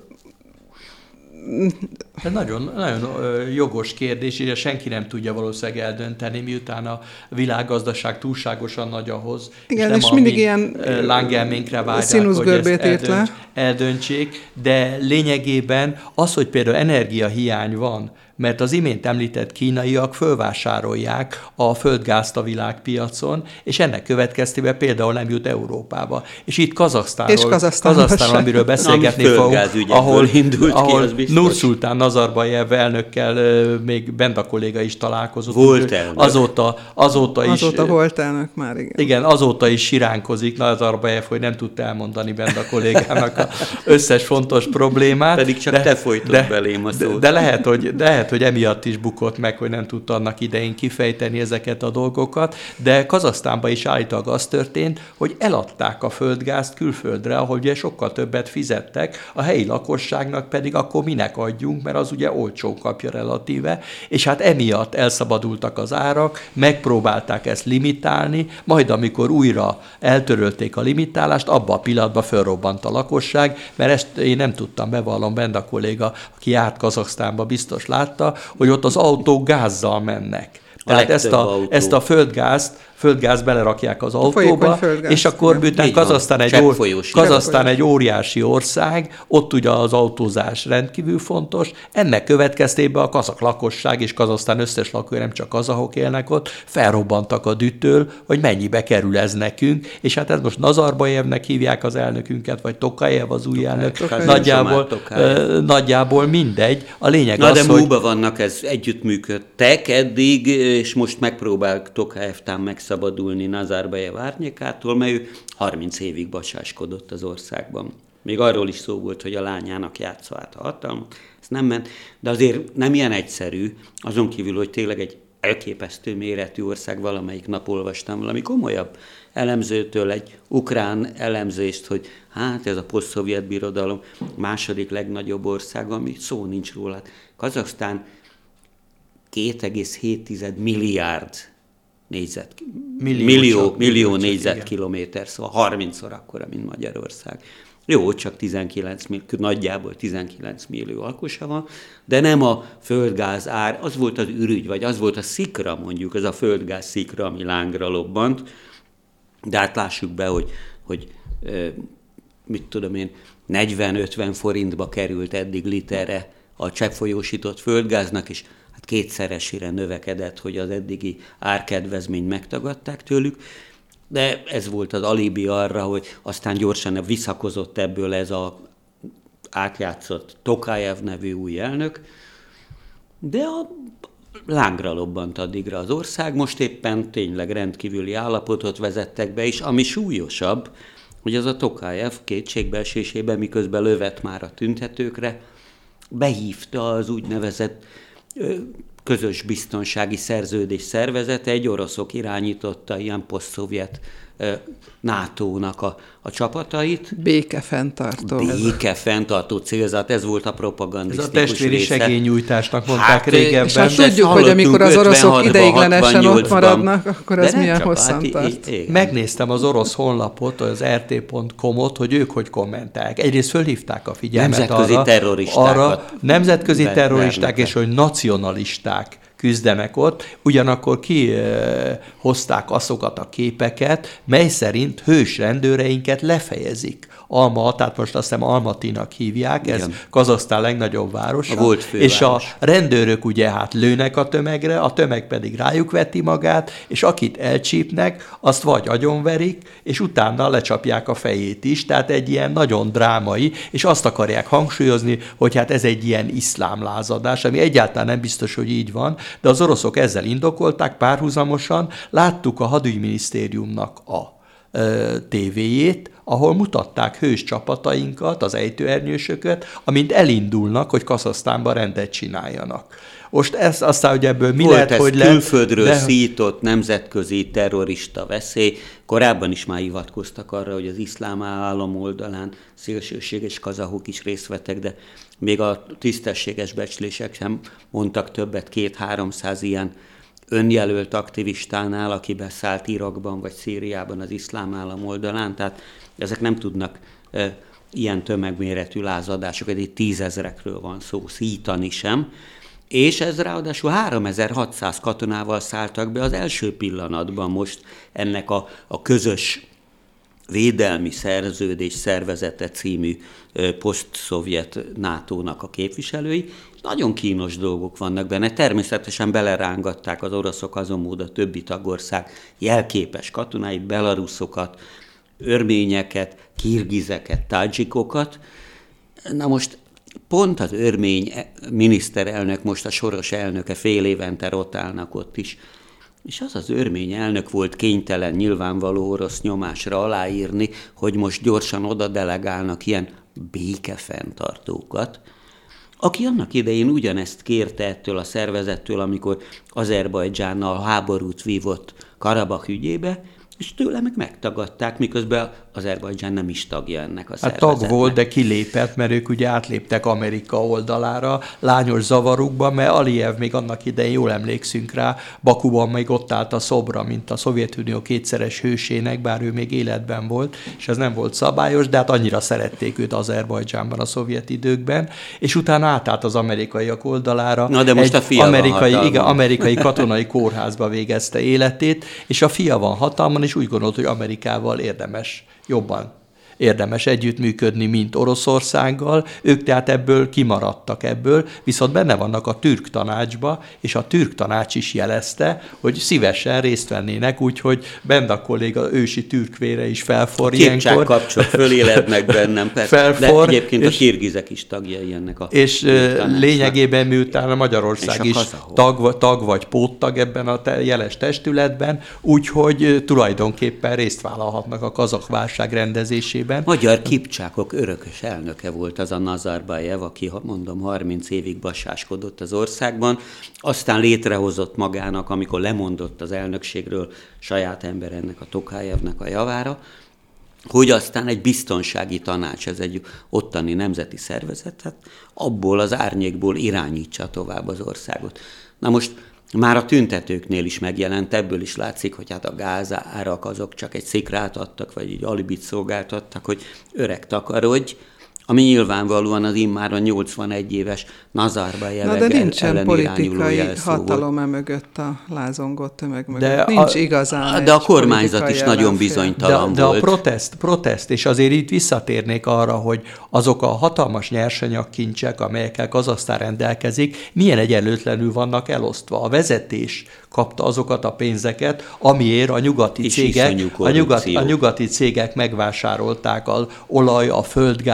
Ez nagyon, nagyon jogos kérdés, és senki nem tudja valószínűleg eldönteni, miután a világgazdaság túlságosan nagy ahhoz, igen, és és nem mindig a ilyen lángelménkre vágyják, hogy ezt eldönts, eldöntsék, de lényegében az, hogy például energiahiány van, mert az imént említett kínaiak fölvásárolják a földgázt a világpiacon, és ennek következtében például nem jut Európába. És itt Kazaksztánról, Kazaksztánról amiről beszélgetni fogunk, ahol, ahol Nurszultán Nazarbajev elnökkel még Benda kolléga is találkozott. Volt elnök. Azóta, azóta is... Azóta volt elnök már, igen. Igen, azóta is siránkozik Nazarbajev, hogy nem tudta elmondani Benda kollégának az összes fontos problémát. Pedig csak de, te folytod de, belém a szót. De, de lehet, hogy, de lehet, hogy emiatt is bukott meg, hogy nem tudta annak idején kifejteni ezeket a dolgokat, de Kazahsztánban is állítólag az történt, hogy eladták a földgázt külföldre, ahol ugye sokkal többet fizettek, a helyi lakosságnak pedig akkor minek adjunk, mert az ugye olcsó kapja relatíve, és hát emiatt elszabadultak az árak, megpróbálták ezt limitálni, majd amikor újra eltörölték a limitálást, abban a pillanatban fölrobbant a lakosság, mert ezt én nem tudtam, bevallom, Benda kolléga, aki járt Kazahsztánba, biztos látta, hogy ott az autók gázzal mennek. Tehát ezt a, ezt a földgázt, földgáz belerakják az autóba, és akkor miután Kazahsztán egy, Kazahsztán egy óriási ország, ott ugye az autózás rendkívül fontos, ennek következtében a kazak lakosság és Kazahsztán összes lakója, nem csak kazahok élnek ott, felrobbantak a dühtől, hogy mennyibe kerül ez nekünk, és hát ez most Nazarbajevnek hívják az elnökünket, vagy Tokajev az új elnök, nagyjából, uh, nagyjából mindegy. A lényeg Na az, de hogy... múlva vannak, ez együttműködtek eddig, és most megpróbál Tokajevtán megszabadulni Nazarbajev árnyékától, mert ő harminc évig bacsáskodott az országban. Még arról is szó volt, hogy a lányának játsza át a hatalmat. Ez nem ment, de azért nem ilyen egyszerű, azon kívül, hogy tényleg egy elképesztő méretű ország, valamelyik nap olvastam valami komolyabb elemzőtől egy ukrán elemzést, hogy hát ez a posztszovjet birodalom második legnagyobb ország, ami szó nincs róla. Kazahsztán két egész hét milliárd négyzet, millió, millió, millió négyzetkilométer, szóval harmincszor akkora, mint Magyarország. Jó, csak tizenkilenc, nagyjából tizenkilenc millió lakosa van, de nem a földgáz ár, az volt az ürügy, vagy az volt a szikra, mondjuk, az a földgáz szikra, ami lángra lobbant, de hát lássuk be, hogy, hogy mit tudom én, negyven-ötven forintba került eddig literre a cseppfolyósított földgáznak, és hát kétszeresére növekedett, hogy az eddigi árkedvezményt megtagadták tőlük, de ez volt az alibi arra, hogy aztán gyorsan visszakozott ebből ez a átjátszott Tokajev nevű új elnök, de a lángra lobbant addigra az ország, most éppen tényleg rendkívüli állapotot vezettek be, és ami súlyosabb, hogy az a Tokajev kétségbeesésében, miközben lövett már a tüntetőkre, behívta az úgynevezett ö, közös biztonsági szerződés szervezete, egy oroszok irányította ilyen posztszovjet nátónak a, a csapatait. Békefenntartó. Békefenntartó célzat, ez volt a propagandisztikus része. Ez a testvéri része. segélynyújtásnak mondták hát, régebben. És hát tudjuk, hogy amikor az oroszok ideiglenesen ott maradnak, akkor ez milyen hosszan hát, tart. I- Megnéztem az orosz honlapot, az er té pont com-ot, hogy ők hogy kommentálják. Egyrészt fölhívták a figyelmet nemzetközi arra, terroristákat. arra nemzetközi Ver- terroristák, vernek. és hogy nacionalisták küzdenek ott, ugyanakkor kihozták azokat a képeket, mely szerint hős rendőreinket lefejezik. Alma, tehát most azt hiszem Almatinak hívják, ez Igen. Kazahsztán legnagyobb városa. A volt főváros. És a rendőrök ugye hát lőnek a tömegre, a tömeg pedig rájuk veti magát, és akit elcsípnek, azt vagy agyonverik, és utána lecsapják a fejét is, tehát egy ilyen nagyon drámai, és azt akarják hangsúlyozni, hogy hát ez egy ilyen iszlámlázadás, ami egyáltalán nem biztos, hogy így van, de az oroszok ezzel indokolták párhuzamosan, láttuk a hadügyminisztériumnak a ö, tévéjét, ahol mutatták hős csapatainkat, az ejtőernyősöket, amint elindulnak, hogy Kazahsztánban rendet csináljanak. Most ez aztán, hogy ebből mi Volt lehet, ez hogy külföldről de... szított nemzetközi terrorista veszély. Korábban is már hivatkoztak arra, hogy az iszlám állam oldalán szélsőséges kazahok is részt vettek, de még a tisztességes becslések sem mondtak többet, két-háromszáz ilyen önjelölt aktivistánál, aki beszállt Irakban vagy Szíriában az iszlám állam oldalán, tehát ezek nem tudnak e, ilyen tömegméretű lázadásokat, itt tízezrekről van szó, szítani sem, és ez ráadásul háromezer-hatszáz katonával szálltak be az első pillanatban most ennek a, a közös védelmi szerződés szervezete című poszt-szovjet nátónak a képviselői. Nagyon kínos dolgok vannak benne. Természetesen belerángatták az oroszok azon mód a többi tagország jelképes katonáit, belaruszokat, örményeket, kirgizeket, tádzsikokat. Na most pont az örmény miniszterelnök, most a soros elnöke fél évente rotálnak ott is, és az az örmény elnök volt kénytelen nyilvánvaló orosz nyomásra aláírni, hogy most gyorsan oda delegálnak ilyen békefenntartókat, aki annak idején ugyanezt kérte ettől a szervezettől, amikor Azerbajdzsánnal háborút vívott Karabakh ügyébe, és tőle meg megtagadták, miközben Azerbajdzsán nem is tagja ennek a hát szervezetnek. tag volt, de kilépett, mert ők ugye átléptek Amerika oldalára, lányos zavarukba, mert Aliyev még annak idején, jól emlékszünk rá, Bakuban még ott állt a szobra, mint a Szovjetunió kétszeres hősének, bár ő még életben volt, és ez nem volt szabályos, de hát annyira szerették őt Azerbajdzsánban a szovjet időkben, és utána átállt az amerikaiak oldalára. Na de most egy a fia amerikai, van igen, amerikai katonai kórházba végezte életét, és a fia van hatalmon, és úgy gondolt, hogy Amerikával érdemes jobban érdemes együttműködni, mint Oroszországgal. Ők tehát ebből kimaradtak ebből, viszont benne vannak a türk tanácsba, és a türk tanács is jelezte, hogy szívesen részt vennének, úgyhogy Benda kolléga ősi türkvére is felfor ilyenkor. Kipcsák kapcsok fölélednek bennem, persze. Felfor, de egyébként és, a kirgizek is tagjai ennek a És tanácsnak. lényegében miután a Magyarország És a is tag, tag vagy póttag ebben a te, jeles testületben, úgyhogy tulajdonképpen részt vállalhatnak a kazakh válság rendezésében. Magyar kipcsákok örökös elnöke volt az a Nazarbajev, aki, mondom, harminc évig basáskodott az országban, aztán létrehozott magának, amikor lemondott az elnökségről saját ember ennek a Tokajevnek a javára, hogy aztán egy biztonsági tanács, ez egy ottani nemzeti szervezet, hát abból az árnyékból irányítsa tovább az országot. Na most már a tüntetőknél is megjelent, ebből is látszik, hogy hát a gázárak azok csak egy szikrát adtak, vagy egy alibit szolgáltattak, hogy öreg takarodj, ami nyilvánvalóan az immáron nyolcvanegy éves Nazarbajev ellen irányuló jelszó volt. De nincsen politikai hatalom emögött a lázongott tömeg mögött. De Nincs a, igazán De a kormányzat is nagyon bizonytalan de, volt. De a protest, protest, és azért itt visszatérnék arra, hogy azok a hatalmas nyersanyagkincsek, amelyekkel Kazahsztán rendelkezik, milyen egyenlőtlenül vannak elosztva. A vezetés kapta azokat a pénzeket, amiért a nyugati, cégek, a nyugati, a nyugati cégek megvásárolták az olaj, a földgáz és a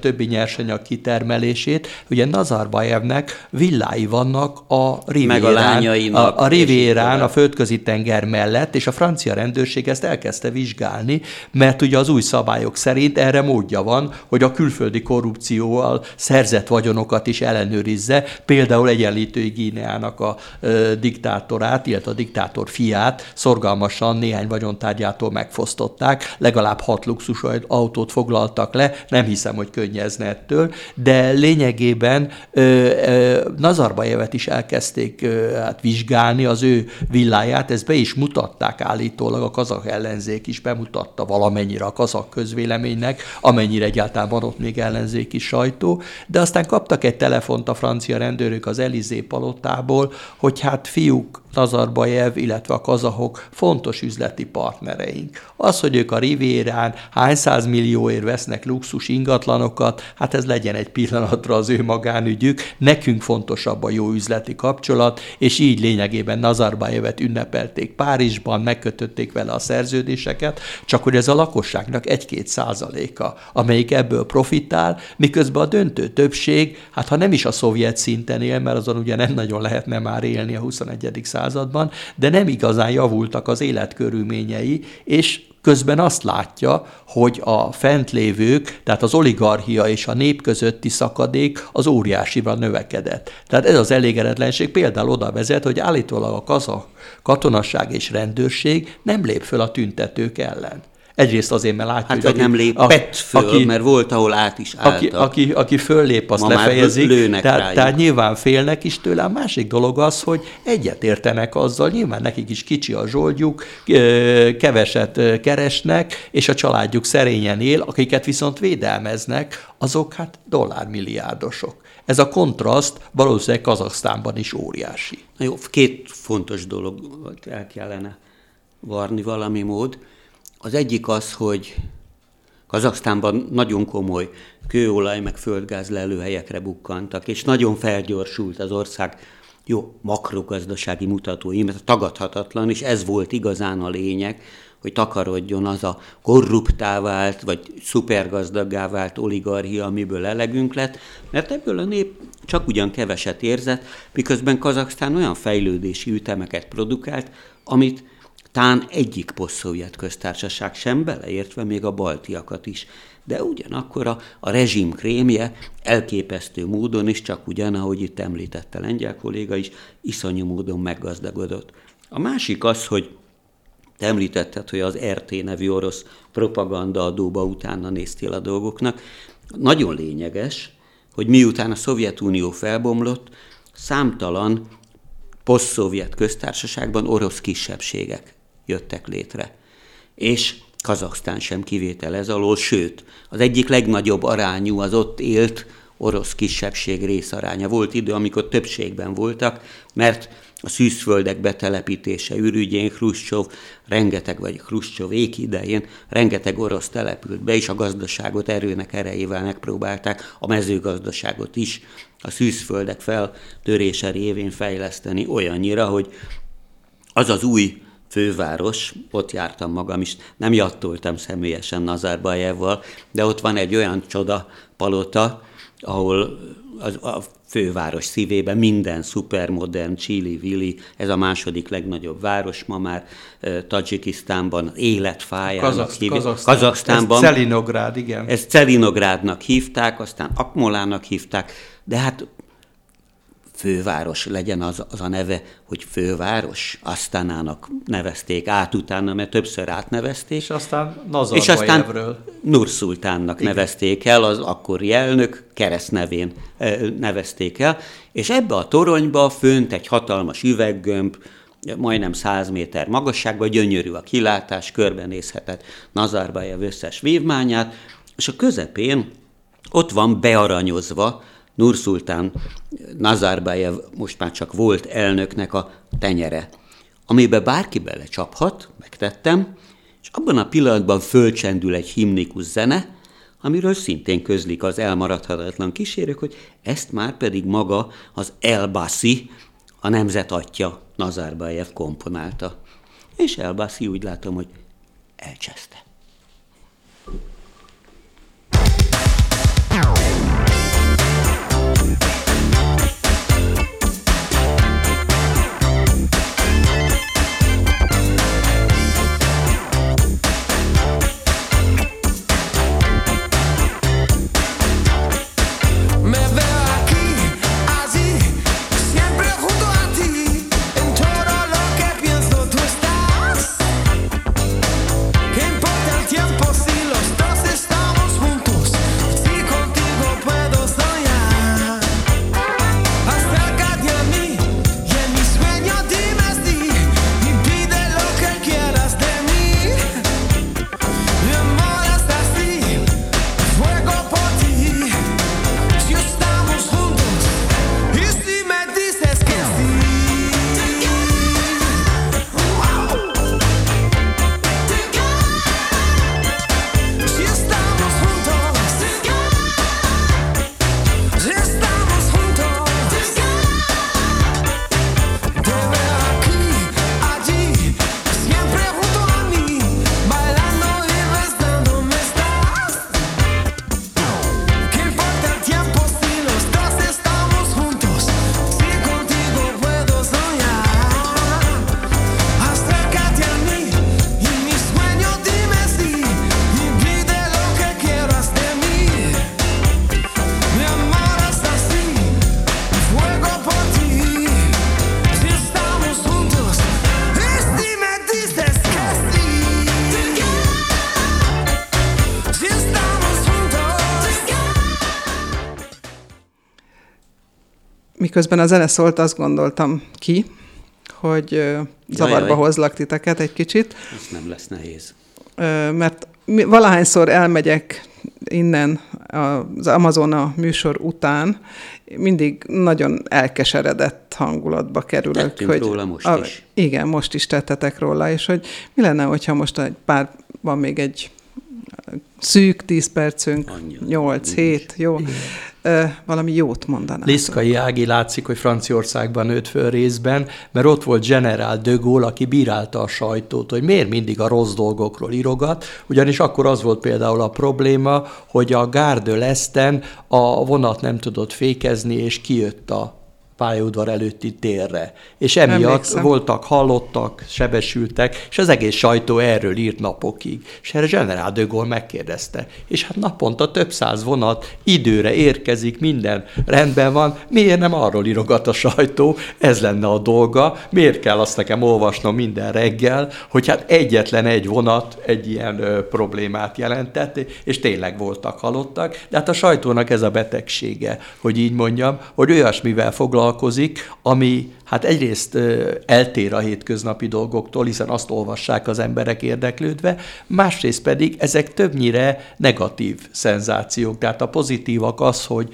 többi nyersanyag kitermelését. Ugye Nazarbajevnek villái vannak a Rivérán, a, a, Rivérán, a földközi tenger mellett, és a francia rendőrség ezt elkezdte vizsgálni, mert ugye az új szabályok szerint erre módja van, hogy a külföldi korrupcióval szerzett vagyonokat is ellenőrizze, például Egyenlítői Guineának a ö, diktátorát, illetve a diktátor fiát szorgalmasan néhány vagyontárgyától megfosztották, legalább hat luxus autót foglaltak le, nem hiszem, hogy könnyezne ettől, de lényegében ö, ö, Nazarbajevet is elkezdték ö, hát vizsgálni, az ő villáját, ezt be is mutatták állítólag, a kazah ellenzék is bemutatta valamennyire a kazah közvéleménynek, amennyire egyáltalán van ott még ellenzéki sajtó, de aztán kaptak egy telefont a francia rendőrök az Elizé palotából, hogy hát fiúk, Nazarbajev, illetve a kazahok fontos üzleti partnereink. Az, hogy ők a Rivérán hány százmillióért vesznek luxus ingatlanokat, hát ez legyen egy pillanatra az ő magánügyük, nekünk fontosabb a jó üzleti kapcsolat, és így lényegében Nazarbajevet ünnepelték Párizsban, megkötötték vele a szerződéseket, csak hogy ez a lakosságnak egy-két százaléka, amelyik ebből profitál, miközben a döntő többség, hát ha nem is a szovjet szinten él, mert azon ugye nem nagyon lehetne már élni a huszonegyedik században, de nem igazán javultak az életkörülményei, és közben azt látja, hogy a fentlévők, tehát az oligarchia és a nép közötti szakadék az óriásiban növekedett. Tehát ez az elégedetlenség például oda vezet, hogy állítólag a kazah katonasság és rendőrség nem lép föl a tüntetők ellen. Egyrészt azért, mert látjuk, hát, hogy nem lépett föl, aki, mert volt, ahol át is álltak. Aki, aki, aki föllép, azt lefejezik, tehát, tehát nyilván félnek is tőle. A másik dolog az, hogy egyetértenek azzal, nyilván nekik is kicsi a zsoldjuk, keveset keresnek, és a családjuk szerényen él, akiket viszont védelmeznek, azok hát dollármilliárdosok. Ez a kontraszt valószínűleg Kazahsztánban is óriási. Na jó, két fontos dolog el kellene varni valami mód. Az egyik az, hogy Kazahsztánban nagyon komoly kőolaj meg földgáz lelőhelyekre bukkantak, és nagyon felgyorsult az ország jó makrogazdasági mutatói, mert tagadhatatlan, és ez volt igazán a lényeg, hogy takarodjon az a korruptá vált, vagy szupergazdaggá vált oligarchia, amiből elegünk lett, mert ebből a nép csak ugyan keveset érzett, miközben Kazahsztán olyan fejlődési ütemeket produkált, amit tán egyik posztszovjet köztársaság sem, beleértve még a baltiakat is. De ugyanakkor a, a rezsim krémje elképesztő módon is, csak ugyan, ahogy itt említette lengyel kolléga is, iszonyú módon meggazdagodott. A másik az, hogy te említetted, hogy az er té nevű orosz propagandaadóba utána néztél a dolgoknak. Nagyon lényeges, hogy miután a Szovjetunió felbomlott, számtalan posztszovjet köztársaságban orosz kisebbségek jöttek létre. És Kazahsztán sem kivétel ez alól, sőt, az egyik legnagyobb arányú az ott élt orosz kisebbség részaránya. Volt idő, amikor többségben voltak, mert a szűzföldek betelepítése ürügyén Hruscsov, rengeteg, vagy Hruscsovék idején rengeteg orosz települt be, és a gazdaságot erőnek erejével megpróbálták, a mezőgazdaságot is a szűzföldek feltörése révén fejleszteni olyannyira, hogy az az új főváros, ott jártam magam is, nem jattoltam személyesen Nazarbajevval, de ott van egy olyan csoda palota, ahol az, a főváros szívében minden szupermodern, csili-vili, ez a második legnagyobb város ma már Tadzsikisztánban, életfájának hívják. Kazahsztánban. Ez Celinográd, igen. Ezt Celinográdnak hívták, aztán Akmolának hívták, de hát főváros legyen az, az a neve, hogy főváros, Asztánának nevezték át utána, mert többször átnevezték. És aztán Nazarbajevről. Nurszultánnak igen. nevezték el, az akkori elnök keresztnevén nevezték el, és ebbe a toronyba fönt egy hatalmas üveggömb, majdnem száz méter magasságban, gyönyörű a kilátás, körbenézhetett Nazarbajev összes vívmányát, és a közepén ott van bearanyozva Nurszultán Nazarbajev, most már csak volt elnöknek a tenyere, amiben bárki belecsaphat, megtettem, és abban a pillanatban fölcsendül egy himnikus zene, amiről szintén közlik az elmaradhatatlan kísérők, hogy ezt már pedig maga az Elbaszi, a nemzet atya Nazarbajev komponálta. És Elbaszi úgy látom, hogy elcseszte. miközben a zene szólt, azt gondoltam ki, hogy ö, zavarba Jaj, hozlak titeket egy kicsit. Ez nem lesz nehéz. Ö, mert mi, valahányszor elmegyek innen az Amazona műsor után, mindig nagyon elkeseredett hangulatba kerülök. Tettünk hogy róla most a, is. Igen, most is tettetek róla, és hogy mi lenne, hogyha most egy pár, van még egy szűk tíz percünk, nyolc, hét, jó, ö, valami jót mondanátok. Liszkai Ági látszik, hogy Franciaországban nőtt föl részben, mert ott volt General de Gaulle, aki bírálta a sajtót, hogy miért mindig a rossz dolgokról írogat, ugyanis akkor az volt például a probléma, hogy a Gare de l'Esten a vonat nem tudott fékezni, és kijött a pályaudvar előtti térre. És emiatt Emlékszem. voltak halottak, sebesültek, és az egész sajtó erről írt napokig. És erre General de Gaulle megkérdezte. És hát naponta több száz vonat időre érkezik, minden rendben van, miért nem arról írogat a sajtó? Ez lenne a dolga. Miért kell azt nekem olvasnom minden reggel, hogy hát egyetlen egy vonat egy ilyen ö, problémát jelentett, és tényleg voltak halottak. De hát a sajtónak ez a betegsége, hogy így mondjam, hogy olyasmivel foglalkozik, ami hát egyrészt eltér a hétköznapi dolgoktól, hiszen azt olvassák az emberek érdeklődve, másrészt pedig ezek többnyire negatív szenzációk. Tehát a pozitívak az, hogy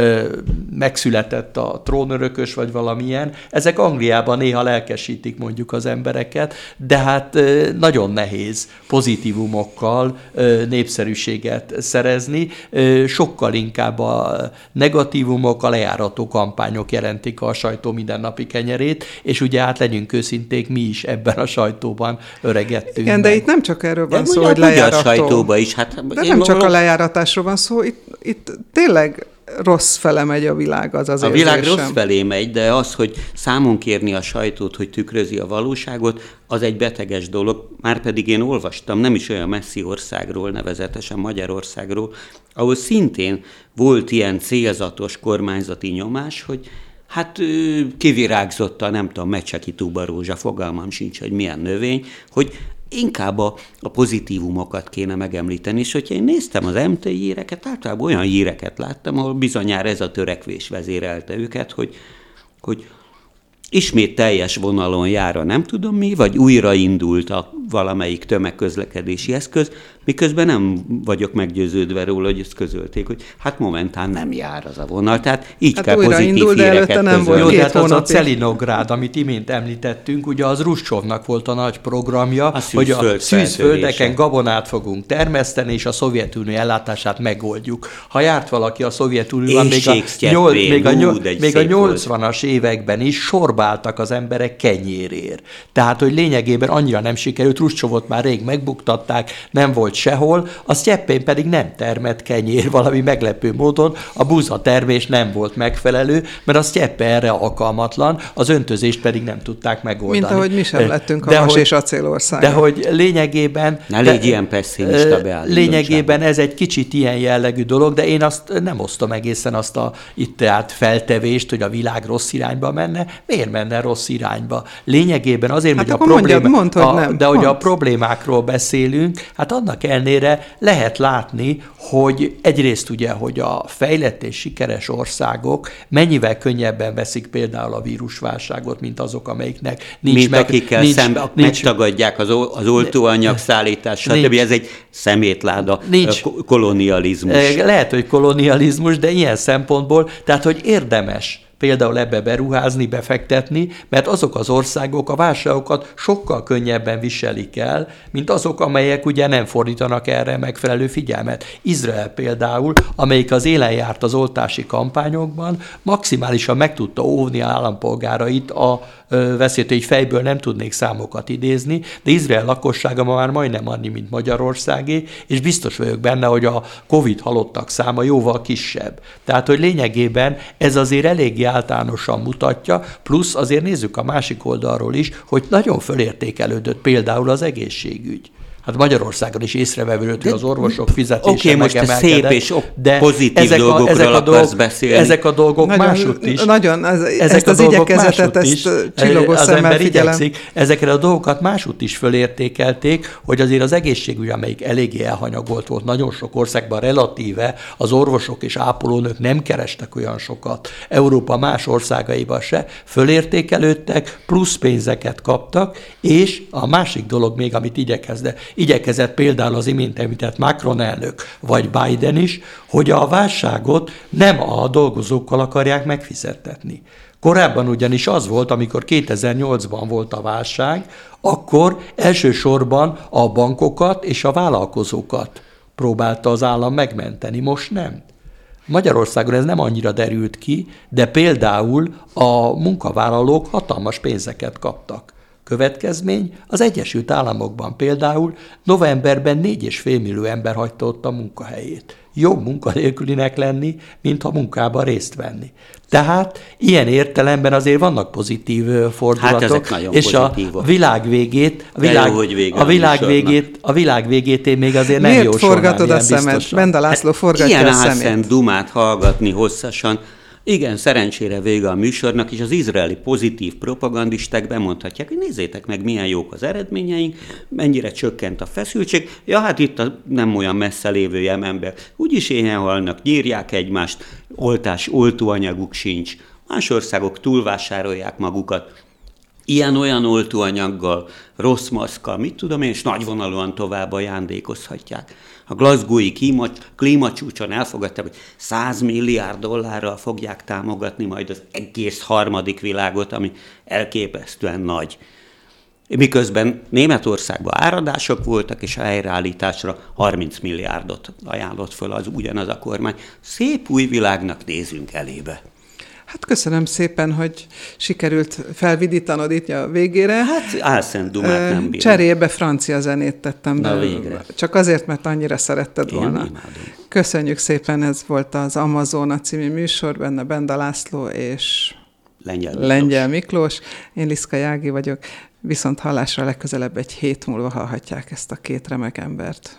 megszületett a trónörökös, vagy valamilyen, ezek Angliában néha lelkesítik mondjuk az embereket, de hát nagyon nehéz pozitívumokkal népszerűséget szerezni, sokkal inkább a negatívumok, a lejárató kampányok jelentik a sajtó mindennapi kenyerét, és ugye hát legyünk őszinték, mi is ebben a sajtóban öregettünk. Igen, de itt nem csak erről van de szó, hogy lejárató. sajtóba is. Hát, de nem csak a lejáratásról van szó, itt, itt tényleg rossz fele megy a világ, az az A érzésem. világ rossz felé megy, de az, hogy számon kérni a sajtót, hogy tükrözi a valóságot, az egy beteges dolog. Márpedig én olvastam, nem is olyan messzi országról, nevezetesen Magyarországról, ahol szintén volt ilyen célzatos kormányzati nyomás, hogy hát kivirágzott a, nem tudom, mecseki tubarózsa, fogalmam sincs, hogy milyen növény, hogy inkább a, a pozitívumokat kéne megemlíteni, és hogyha én néztem az em té híreket, általában olyan híreket láttam, ahol bizonyára ez a törekvés vezérelte őket, hogy, hogy ismét teljes vonalon jár a nem tudom mi, vagy újraindult a valamelyik tömegközlekedési eszköz, miközben nem vagyok meggyőződve róla, hogy ezt közölték, hogy hát momentán nem jár az a vonal, tehát így hát kell pozitív indul, híreket nem közölni. Jó, de hát az a Celinográd, amit imént említettünk, ugye az Hruscsovnak volt a nagy programja, a hogy a szűzföldeken gabonát fogunk termeszteni, és a Szovjetunió ellátását megoldjuk. Ha járt valaki a Szovjetunióban, még a, nyol, még, a nyol, még a nyolcvanas években is sorbáltak az emberek kenyérért. Tehát, hogy lényegében annyira nem sikerült, Hruscsovot már rég megbuktatták, nem volt sehol, a Sztyeppén pedig nem termett kenyér, valami meglepő módon a buzatermés nem volt megfelelő, mert a Sztyeppe erre alkalmatlan, az öntözést pedig nem tudták megoldani. Mint ahogy mi sem lettünk a vas és acélország. De hogy lényegében... Ne légy ilyen pessimista beállítottság. Lényegében ez egy kicsit ilyen jellegű dolog, de én azt nem osztom egészen azt a itt tehát feltevést, hogy a világ rossz irányba menne. Miért menne rossz irányba? Lényegében azért, hát hogy a probléma, mondjad, mondd, hogy nem. De hogy a problémákról beszélünk, hát annak ellenére lehet látni, hogy egyrészt ugye, hogy a fejlett és sikeres országok mennyivel könnyebben veszik például a vírusválságot, mint azok, amelyiknek nincs mint meg... akikkel nincs, szemben nincs, megtagadják az, az oltóanyag szállítás, stb. Ez egy szemétláda nincs, kolonializmus. Lehet, hogy kolonializmus, de ilyen szempontból, tehát, hogy érdemes például ebbe beruházni, befektetni, mert azok az országok a válságokat sokkal könnyebben viselik el, mint azok, amelyek ugye nem fordítanak erre megfelelő figyelmet. Izrael például, amelyik az élen járt az oltási kampányokban, maximálisan meg tudta óvni állampolgárait a veszélyt, hogy fejből nem tudnék számokat idézni, de Izrael lakossága ma már majdnem annyi, mint Magyarországé, és biztos vagyok benne, hogy a Covid halottak száma jóval kisebb. Tehát, hogy lényegében ez azért eléggé általánosan mutatja, plusz azért nézzük a másik oldalról is, hogy nagyon fölértékelődött például az egészségügy. Hát Magyarországon is észrevevődött, hogy az orvosok fizetése Oké, okay, most a szép és de pozitív ezek a, dolgokról ezek a akarsz dolgok, beszélni. Ezek a dolgok nagyon, másutt is. Nagyon, ez, ezek ezt az igyekezetet, ezt csillogos szemmel figyelem. Igyekszik, ezekre a dolgokat másutt is fölértékelték, hogy azért az egészségügy, amelyik eléggé elhanyagolt volt, nagyon sok országban relatíve az orvosok és ápolónők nem kerestek olyan sokat, Európa más országaiban se, fölértékelődtek, plusz pénzeket kaptak, és a másik dolog még, amit igyekezett, igyekezett például az imént említett Macron elnök, vagy Biden is, hogy a válságot nem a dolgozókkal akarják megfizettetni. Korábban ugyanis az volt, amikor kétezer-nyolcban volt a válság, akkor elsősorban a bankokat és a vállalkozókat próbálta az állam megmenteni, most nem. Magyarországon ez nem annyira derült ki, de például a munkavállalók hatalmas pénzeket kaptak. Következmény, az Egyesült Államokban például novemberben négy és fél millió ember hagyta ott a munkahelyét. Jobb munkanélkülinek lenni, mint ha munkában részt venni. Tehát ilyen értelemben azért vannak pozitív fordulatok, hát ezek nagyon és pozitívak. a világ végét, a világ, jó, a világ végét, a világ végét én még azért nem Miért jósolnám. Miért forgatod a szemed? Biztosan. Benda László forgatja ilyen a szemét. Ilyen dumát hallgatni hosszasan. Igen, szerencsére vége a műsornak, és az izraeli pozitív propagandisták bemondhatják, hogy nézzétek meg, milyen jók az eredményeink, mennyire csökkent a feszültség. Ja, hát itt a nem olyan messze lévő Jemenben úgyis éhen halnak, nyírják egymást, oltás, oltóanyaguk sincs. Más országok túlvásárolják magukat. Ilyen-olyan oltóanyaggal, rossz maszkkal, mit tudom én, és nagyvonalúan tovább ajándékozhatják. A Glasgow-i klímacsúcson elfogadták, hogy száz milliárd dollárral fogják támogatni majd az egész harmadik világot, ami elképesztően nagy. Miközben Németországban áradások voltak, és a helyreállításra harminc milliárdot ajánlott föl az ugyanaz a kormány. Szép új világnak nézünk elébe. Hát köszönöm szépen, hogy sikerült felvidítanod itt a végére. Hát álszent dumát nem bírom. Cserébe francia zenét tettem be. Na végre. Csak azért, mert annyira szeretted Én volna. imádom. Köszönjük szépen, ez volt az Amazona című műsor, benne Benda László és Lengyel Miklós. Lengyel Miklós. Én Liszka Jági vagyok. Viszont hallásra legközelebb egy hét múlva hallhatják ezt a két remek embert.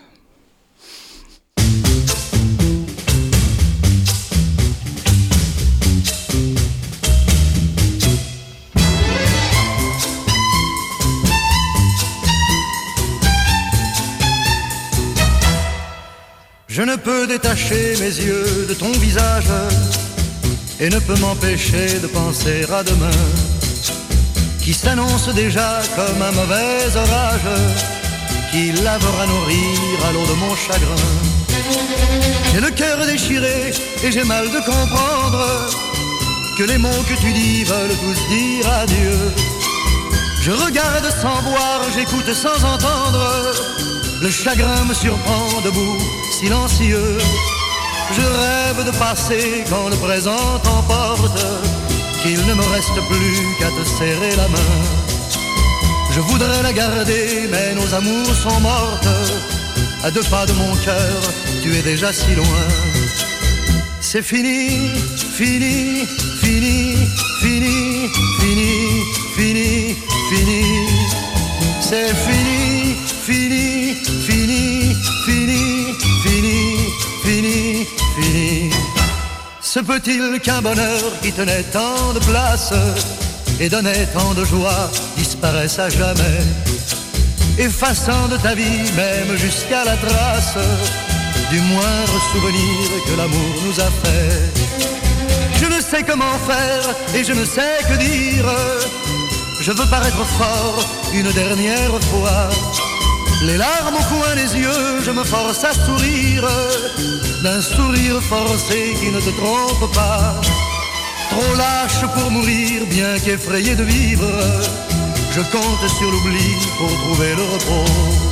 Je ne peux détacher mes yeux de ton visage et ne peux m'empêcher de penser à demain qui s'annonce déjà comme un mauvais orage qui lavera nos rires à l'eau de mon chagrin. J'ai le cœur déchiré et j'ai mal de comprendre que les mots que tu dis veulent tous dire adieu. Je regarde sans voir, j'écoute sans entendre. Le chagrin me surprend debout, silencieux. Je rêve de passer quand le présent t'emporte, qu'il ne me reste plus qu'à te serrer la main. Je voudrais la garder, mais nos amours sont mortes. À deux pas de mon cœur, tu es déjà si loin. C'est fini, fini, fini, fini, fini, fini, fini. C'est fini, fini, fini, fini, fini, fini, fini. Se peut-il qu'un bonheur qui tenait tant de place et donnait tant de joie disparaisse à jamais, effaçant de ta vie même jusqu'à la trace du moindre souvenir que l'amour nous a fait. Je ne sais comment faire et je ne sais que dire. Je veux paraître fort une dernière fois. Les larmes au coin des yeux, je me force à sourire, d'un sourire forcé qui ne te trompe pas. Trop lâche pour mourir, bien qu'effrayé de vivre, je compte sur l'oubli pour trouver le repos.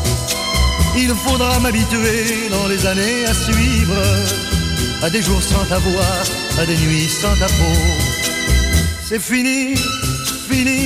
Il faudra m'habituer dans les années à suivre, à des jours sans ta voix, à des nuits sans ta peau. C'est fini, fini,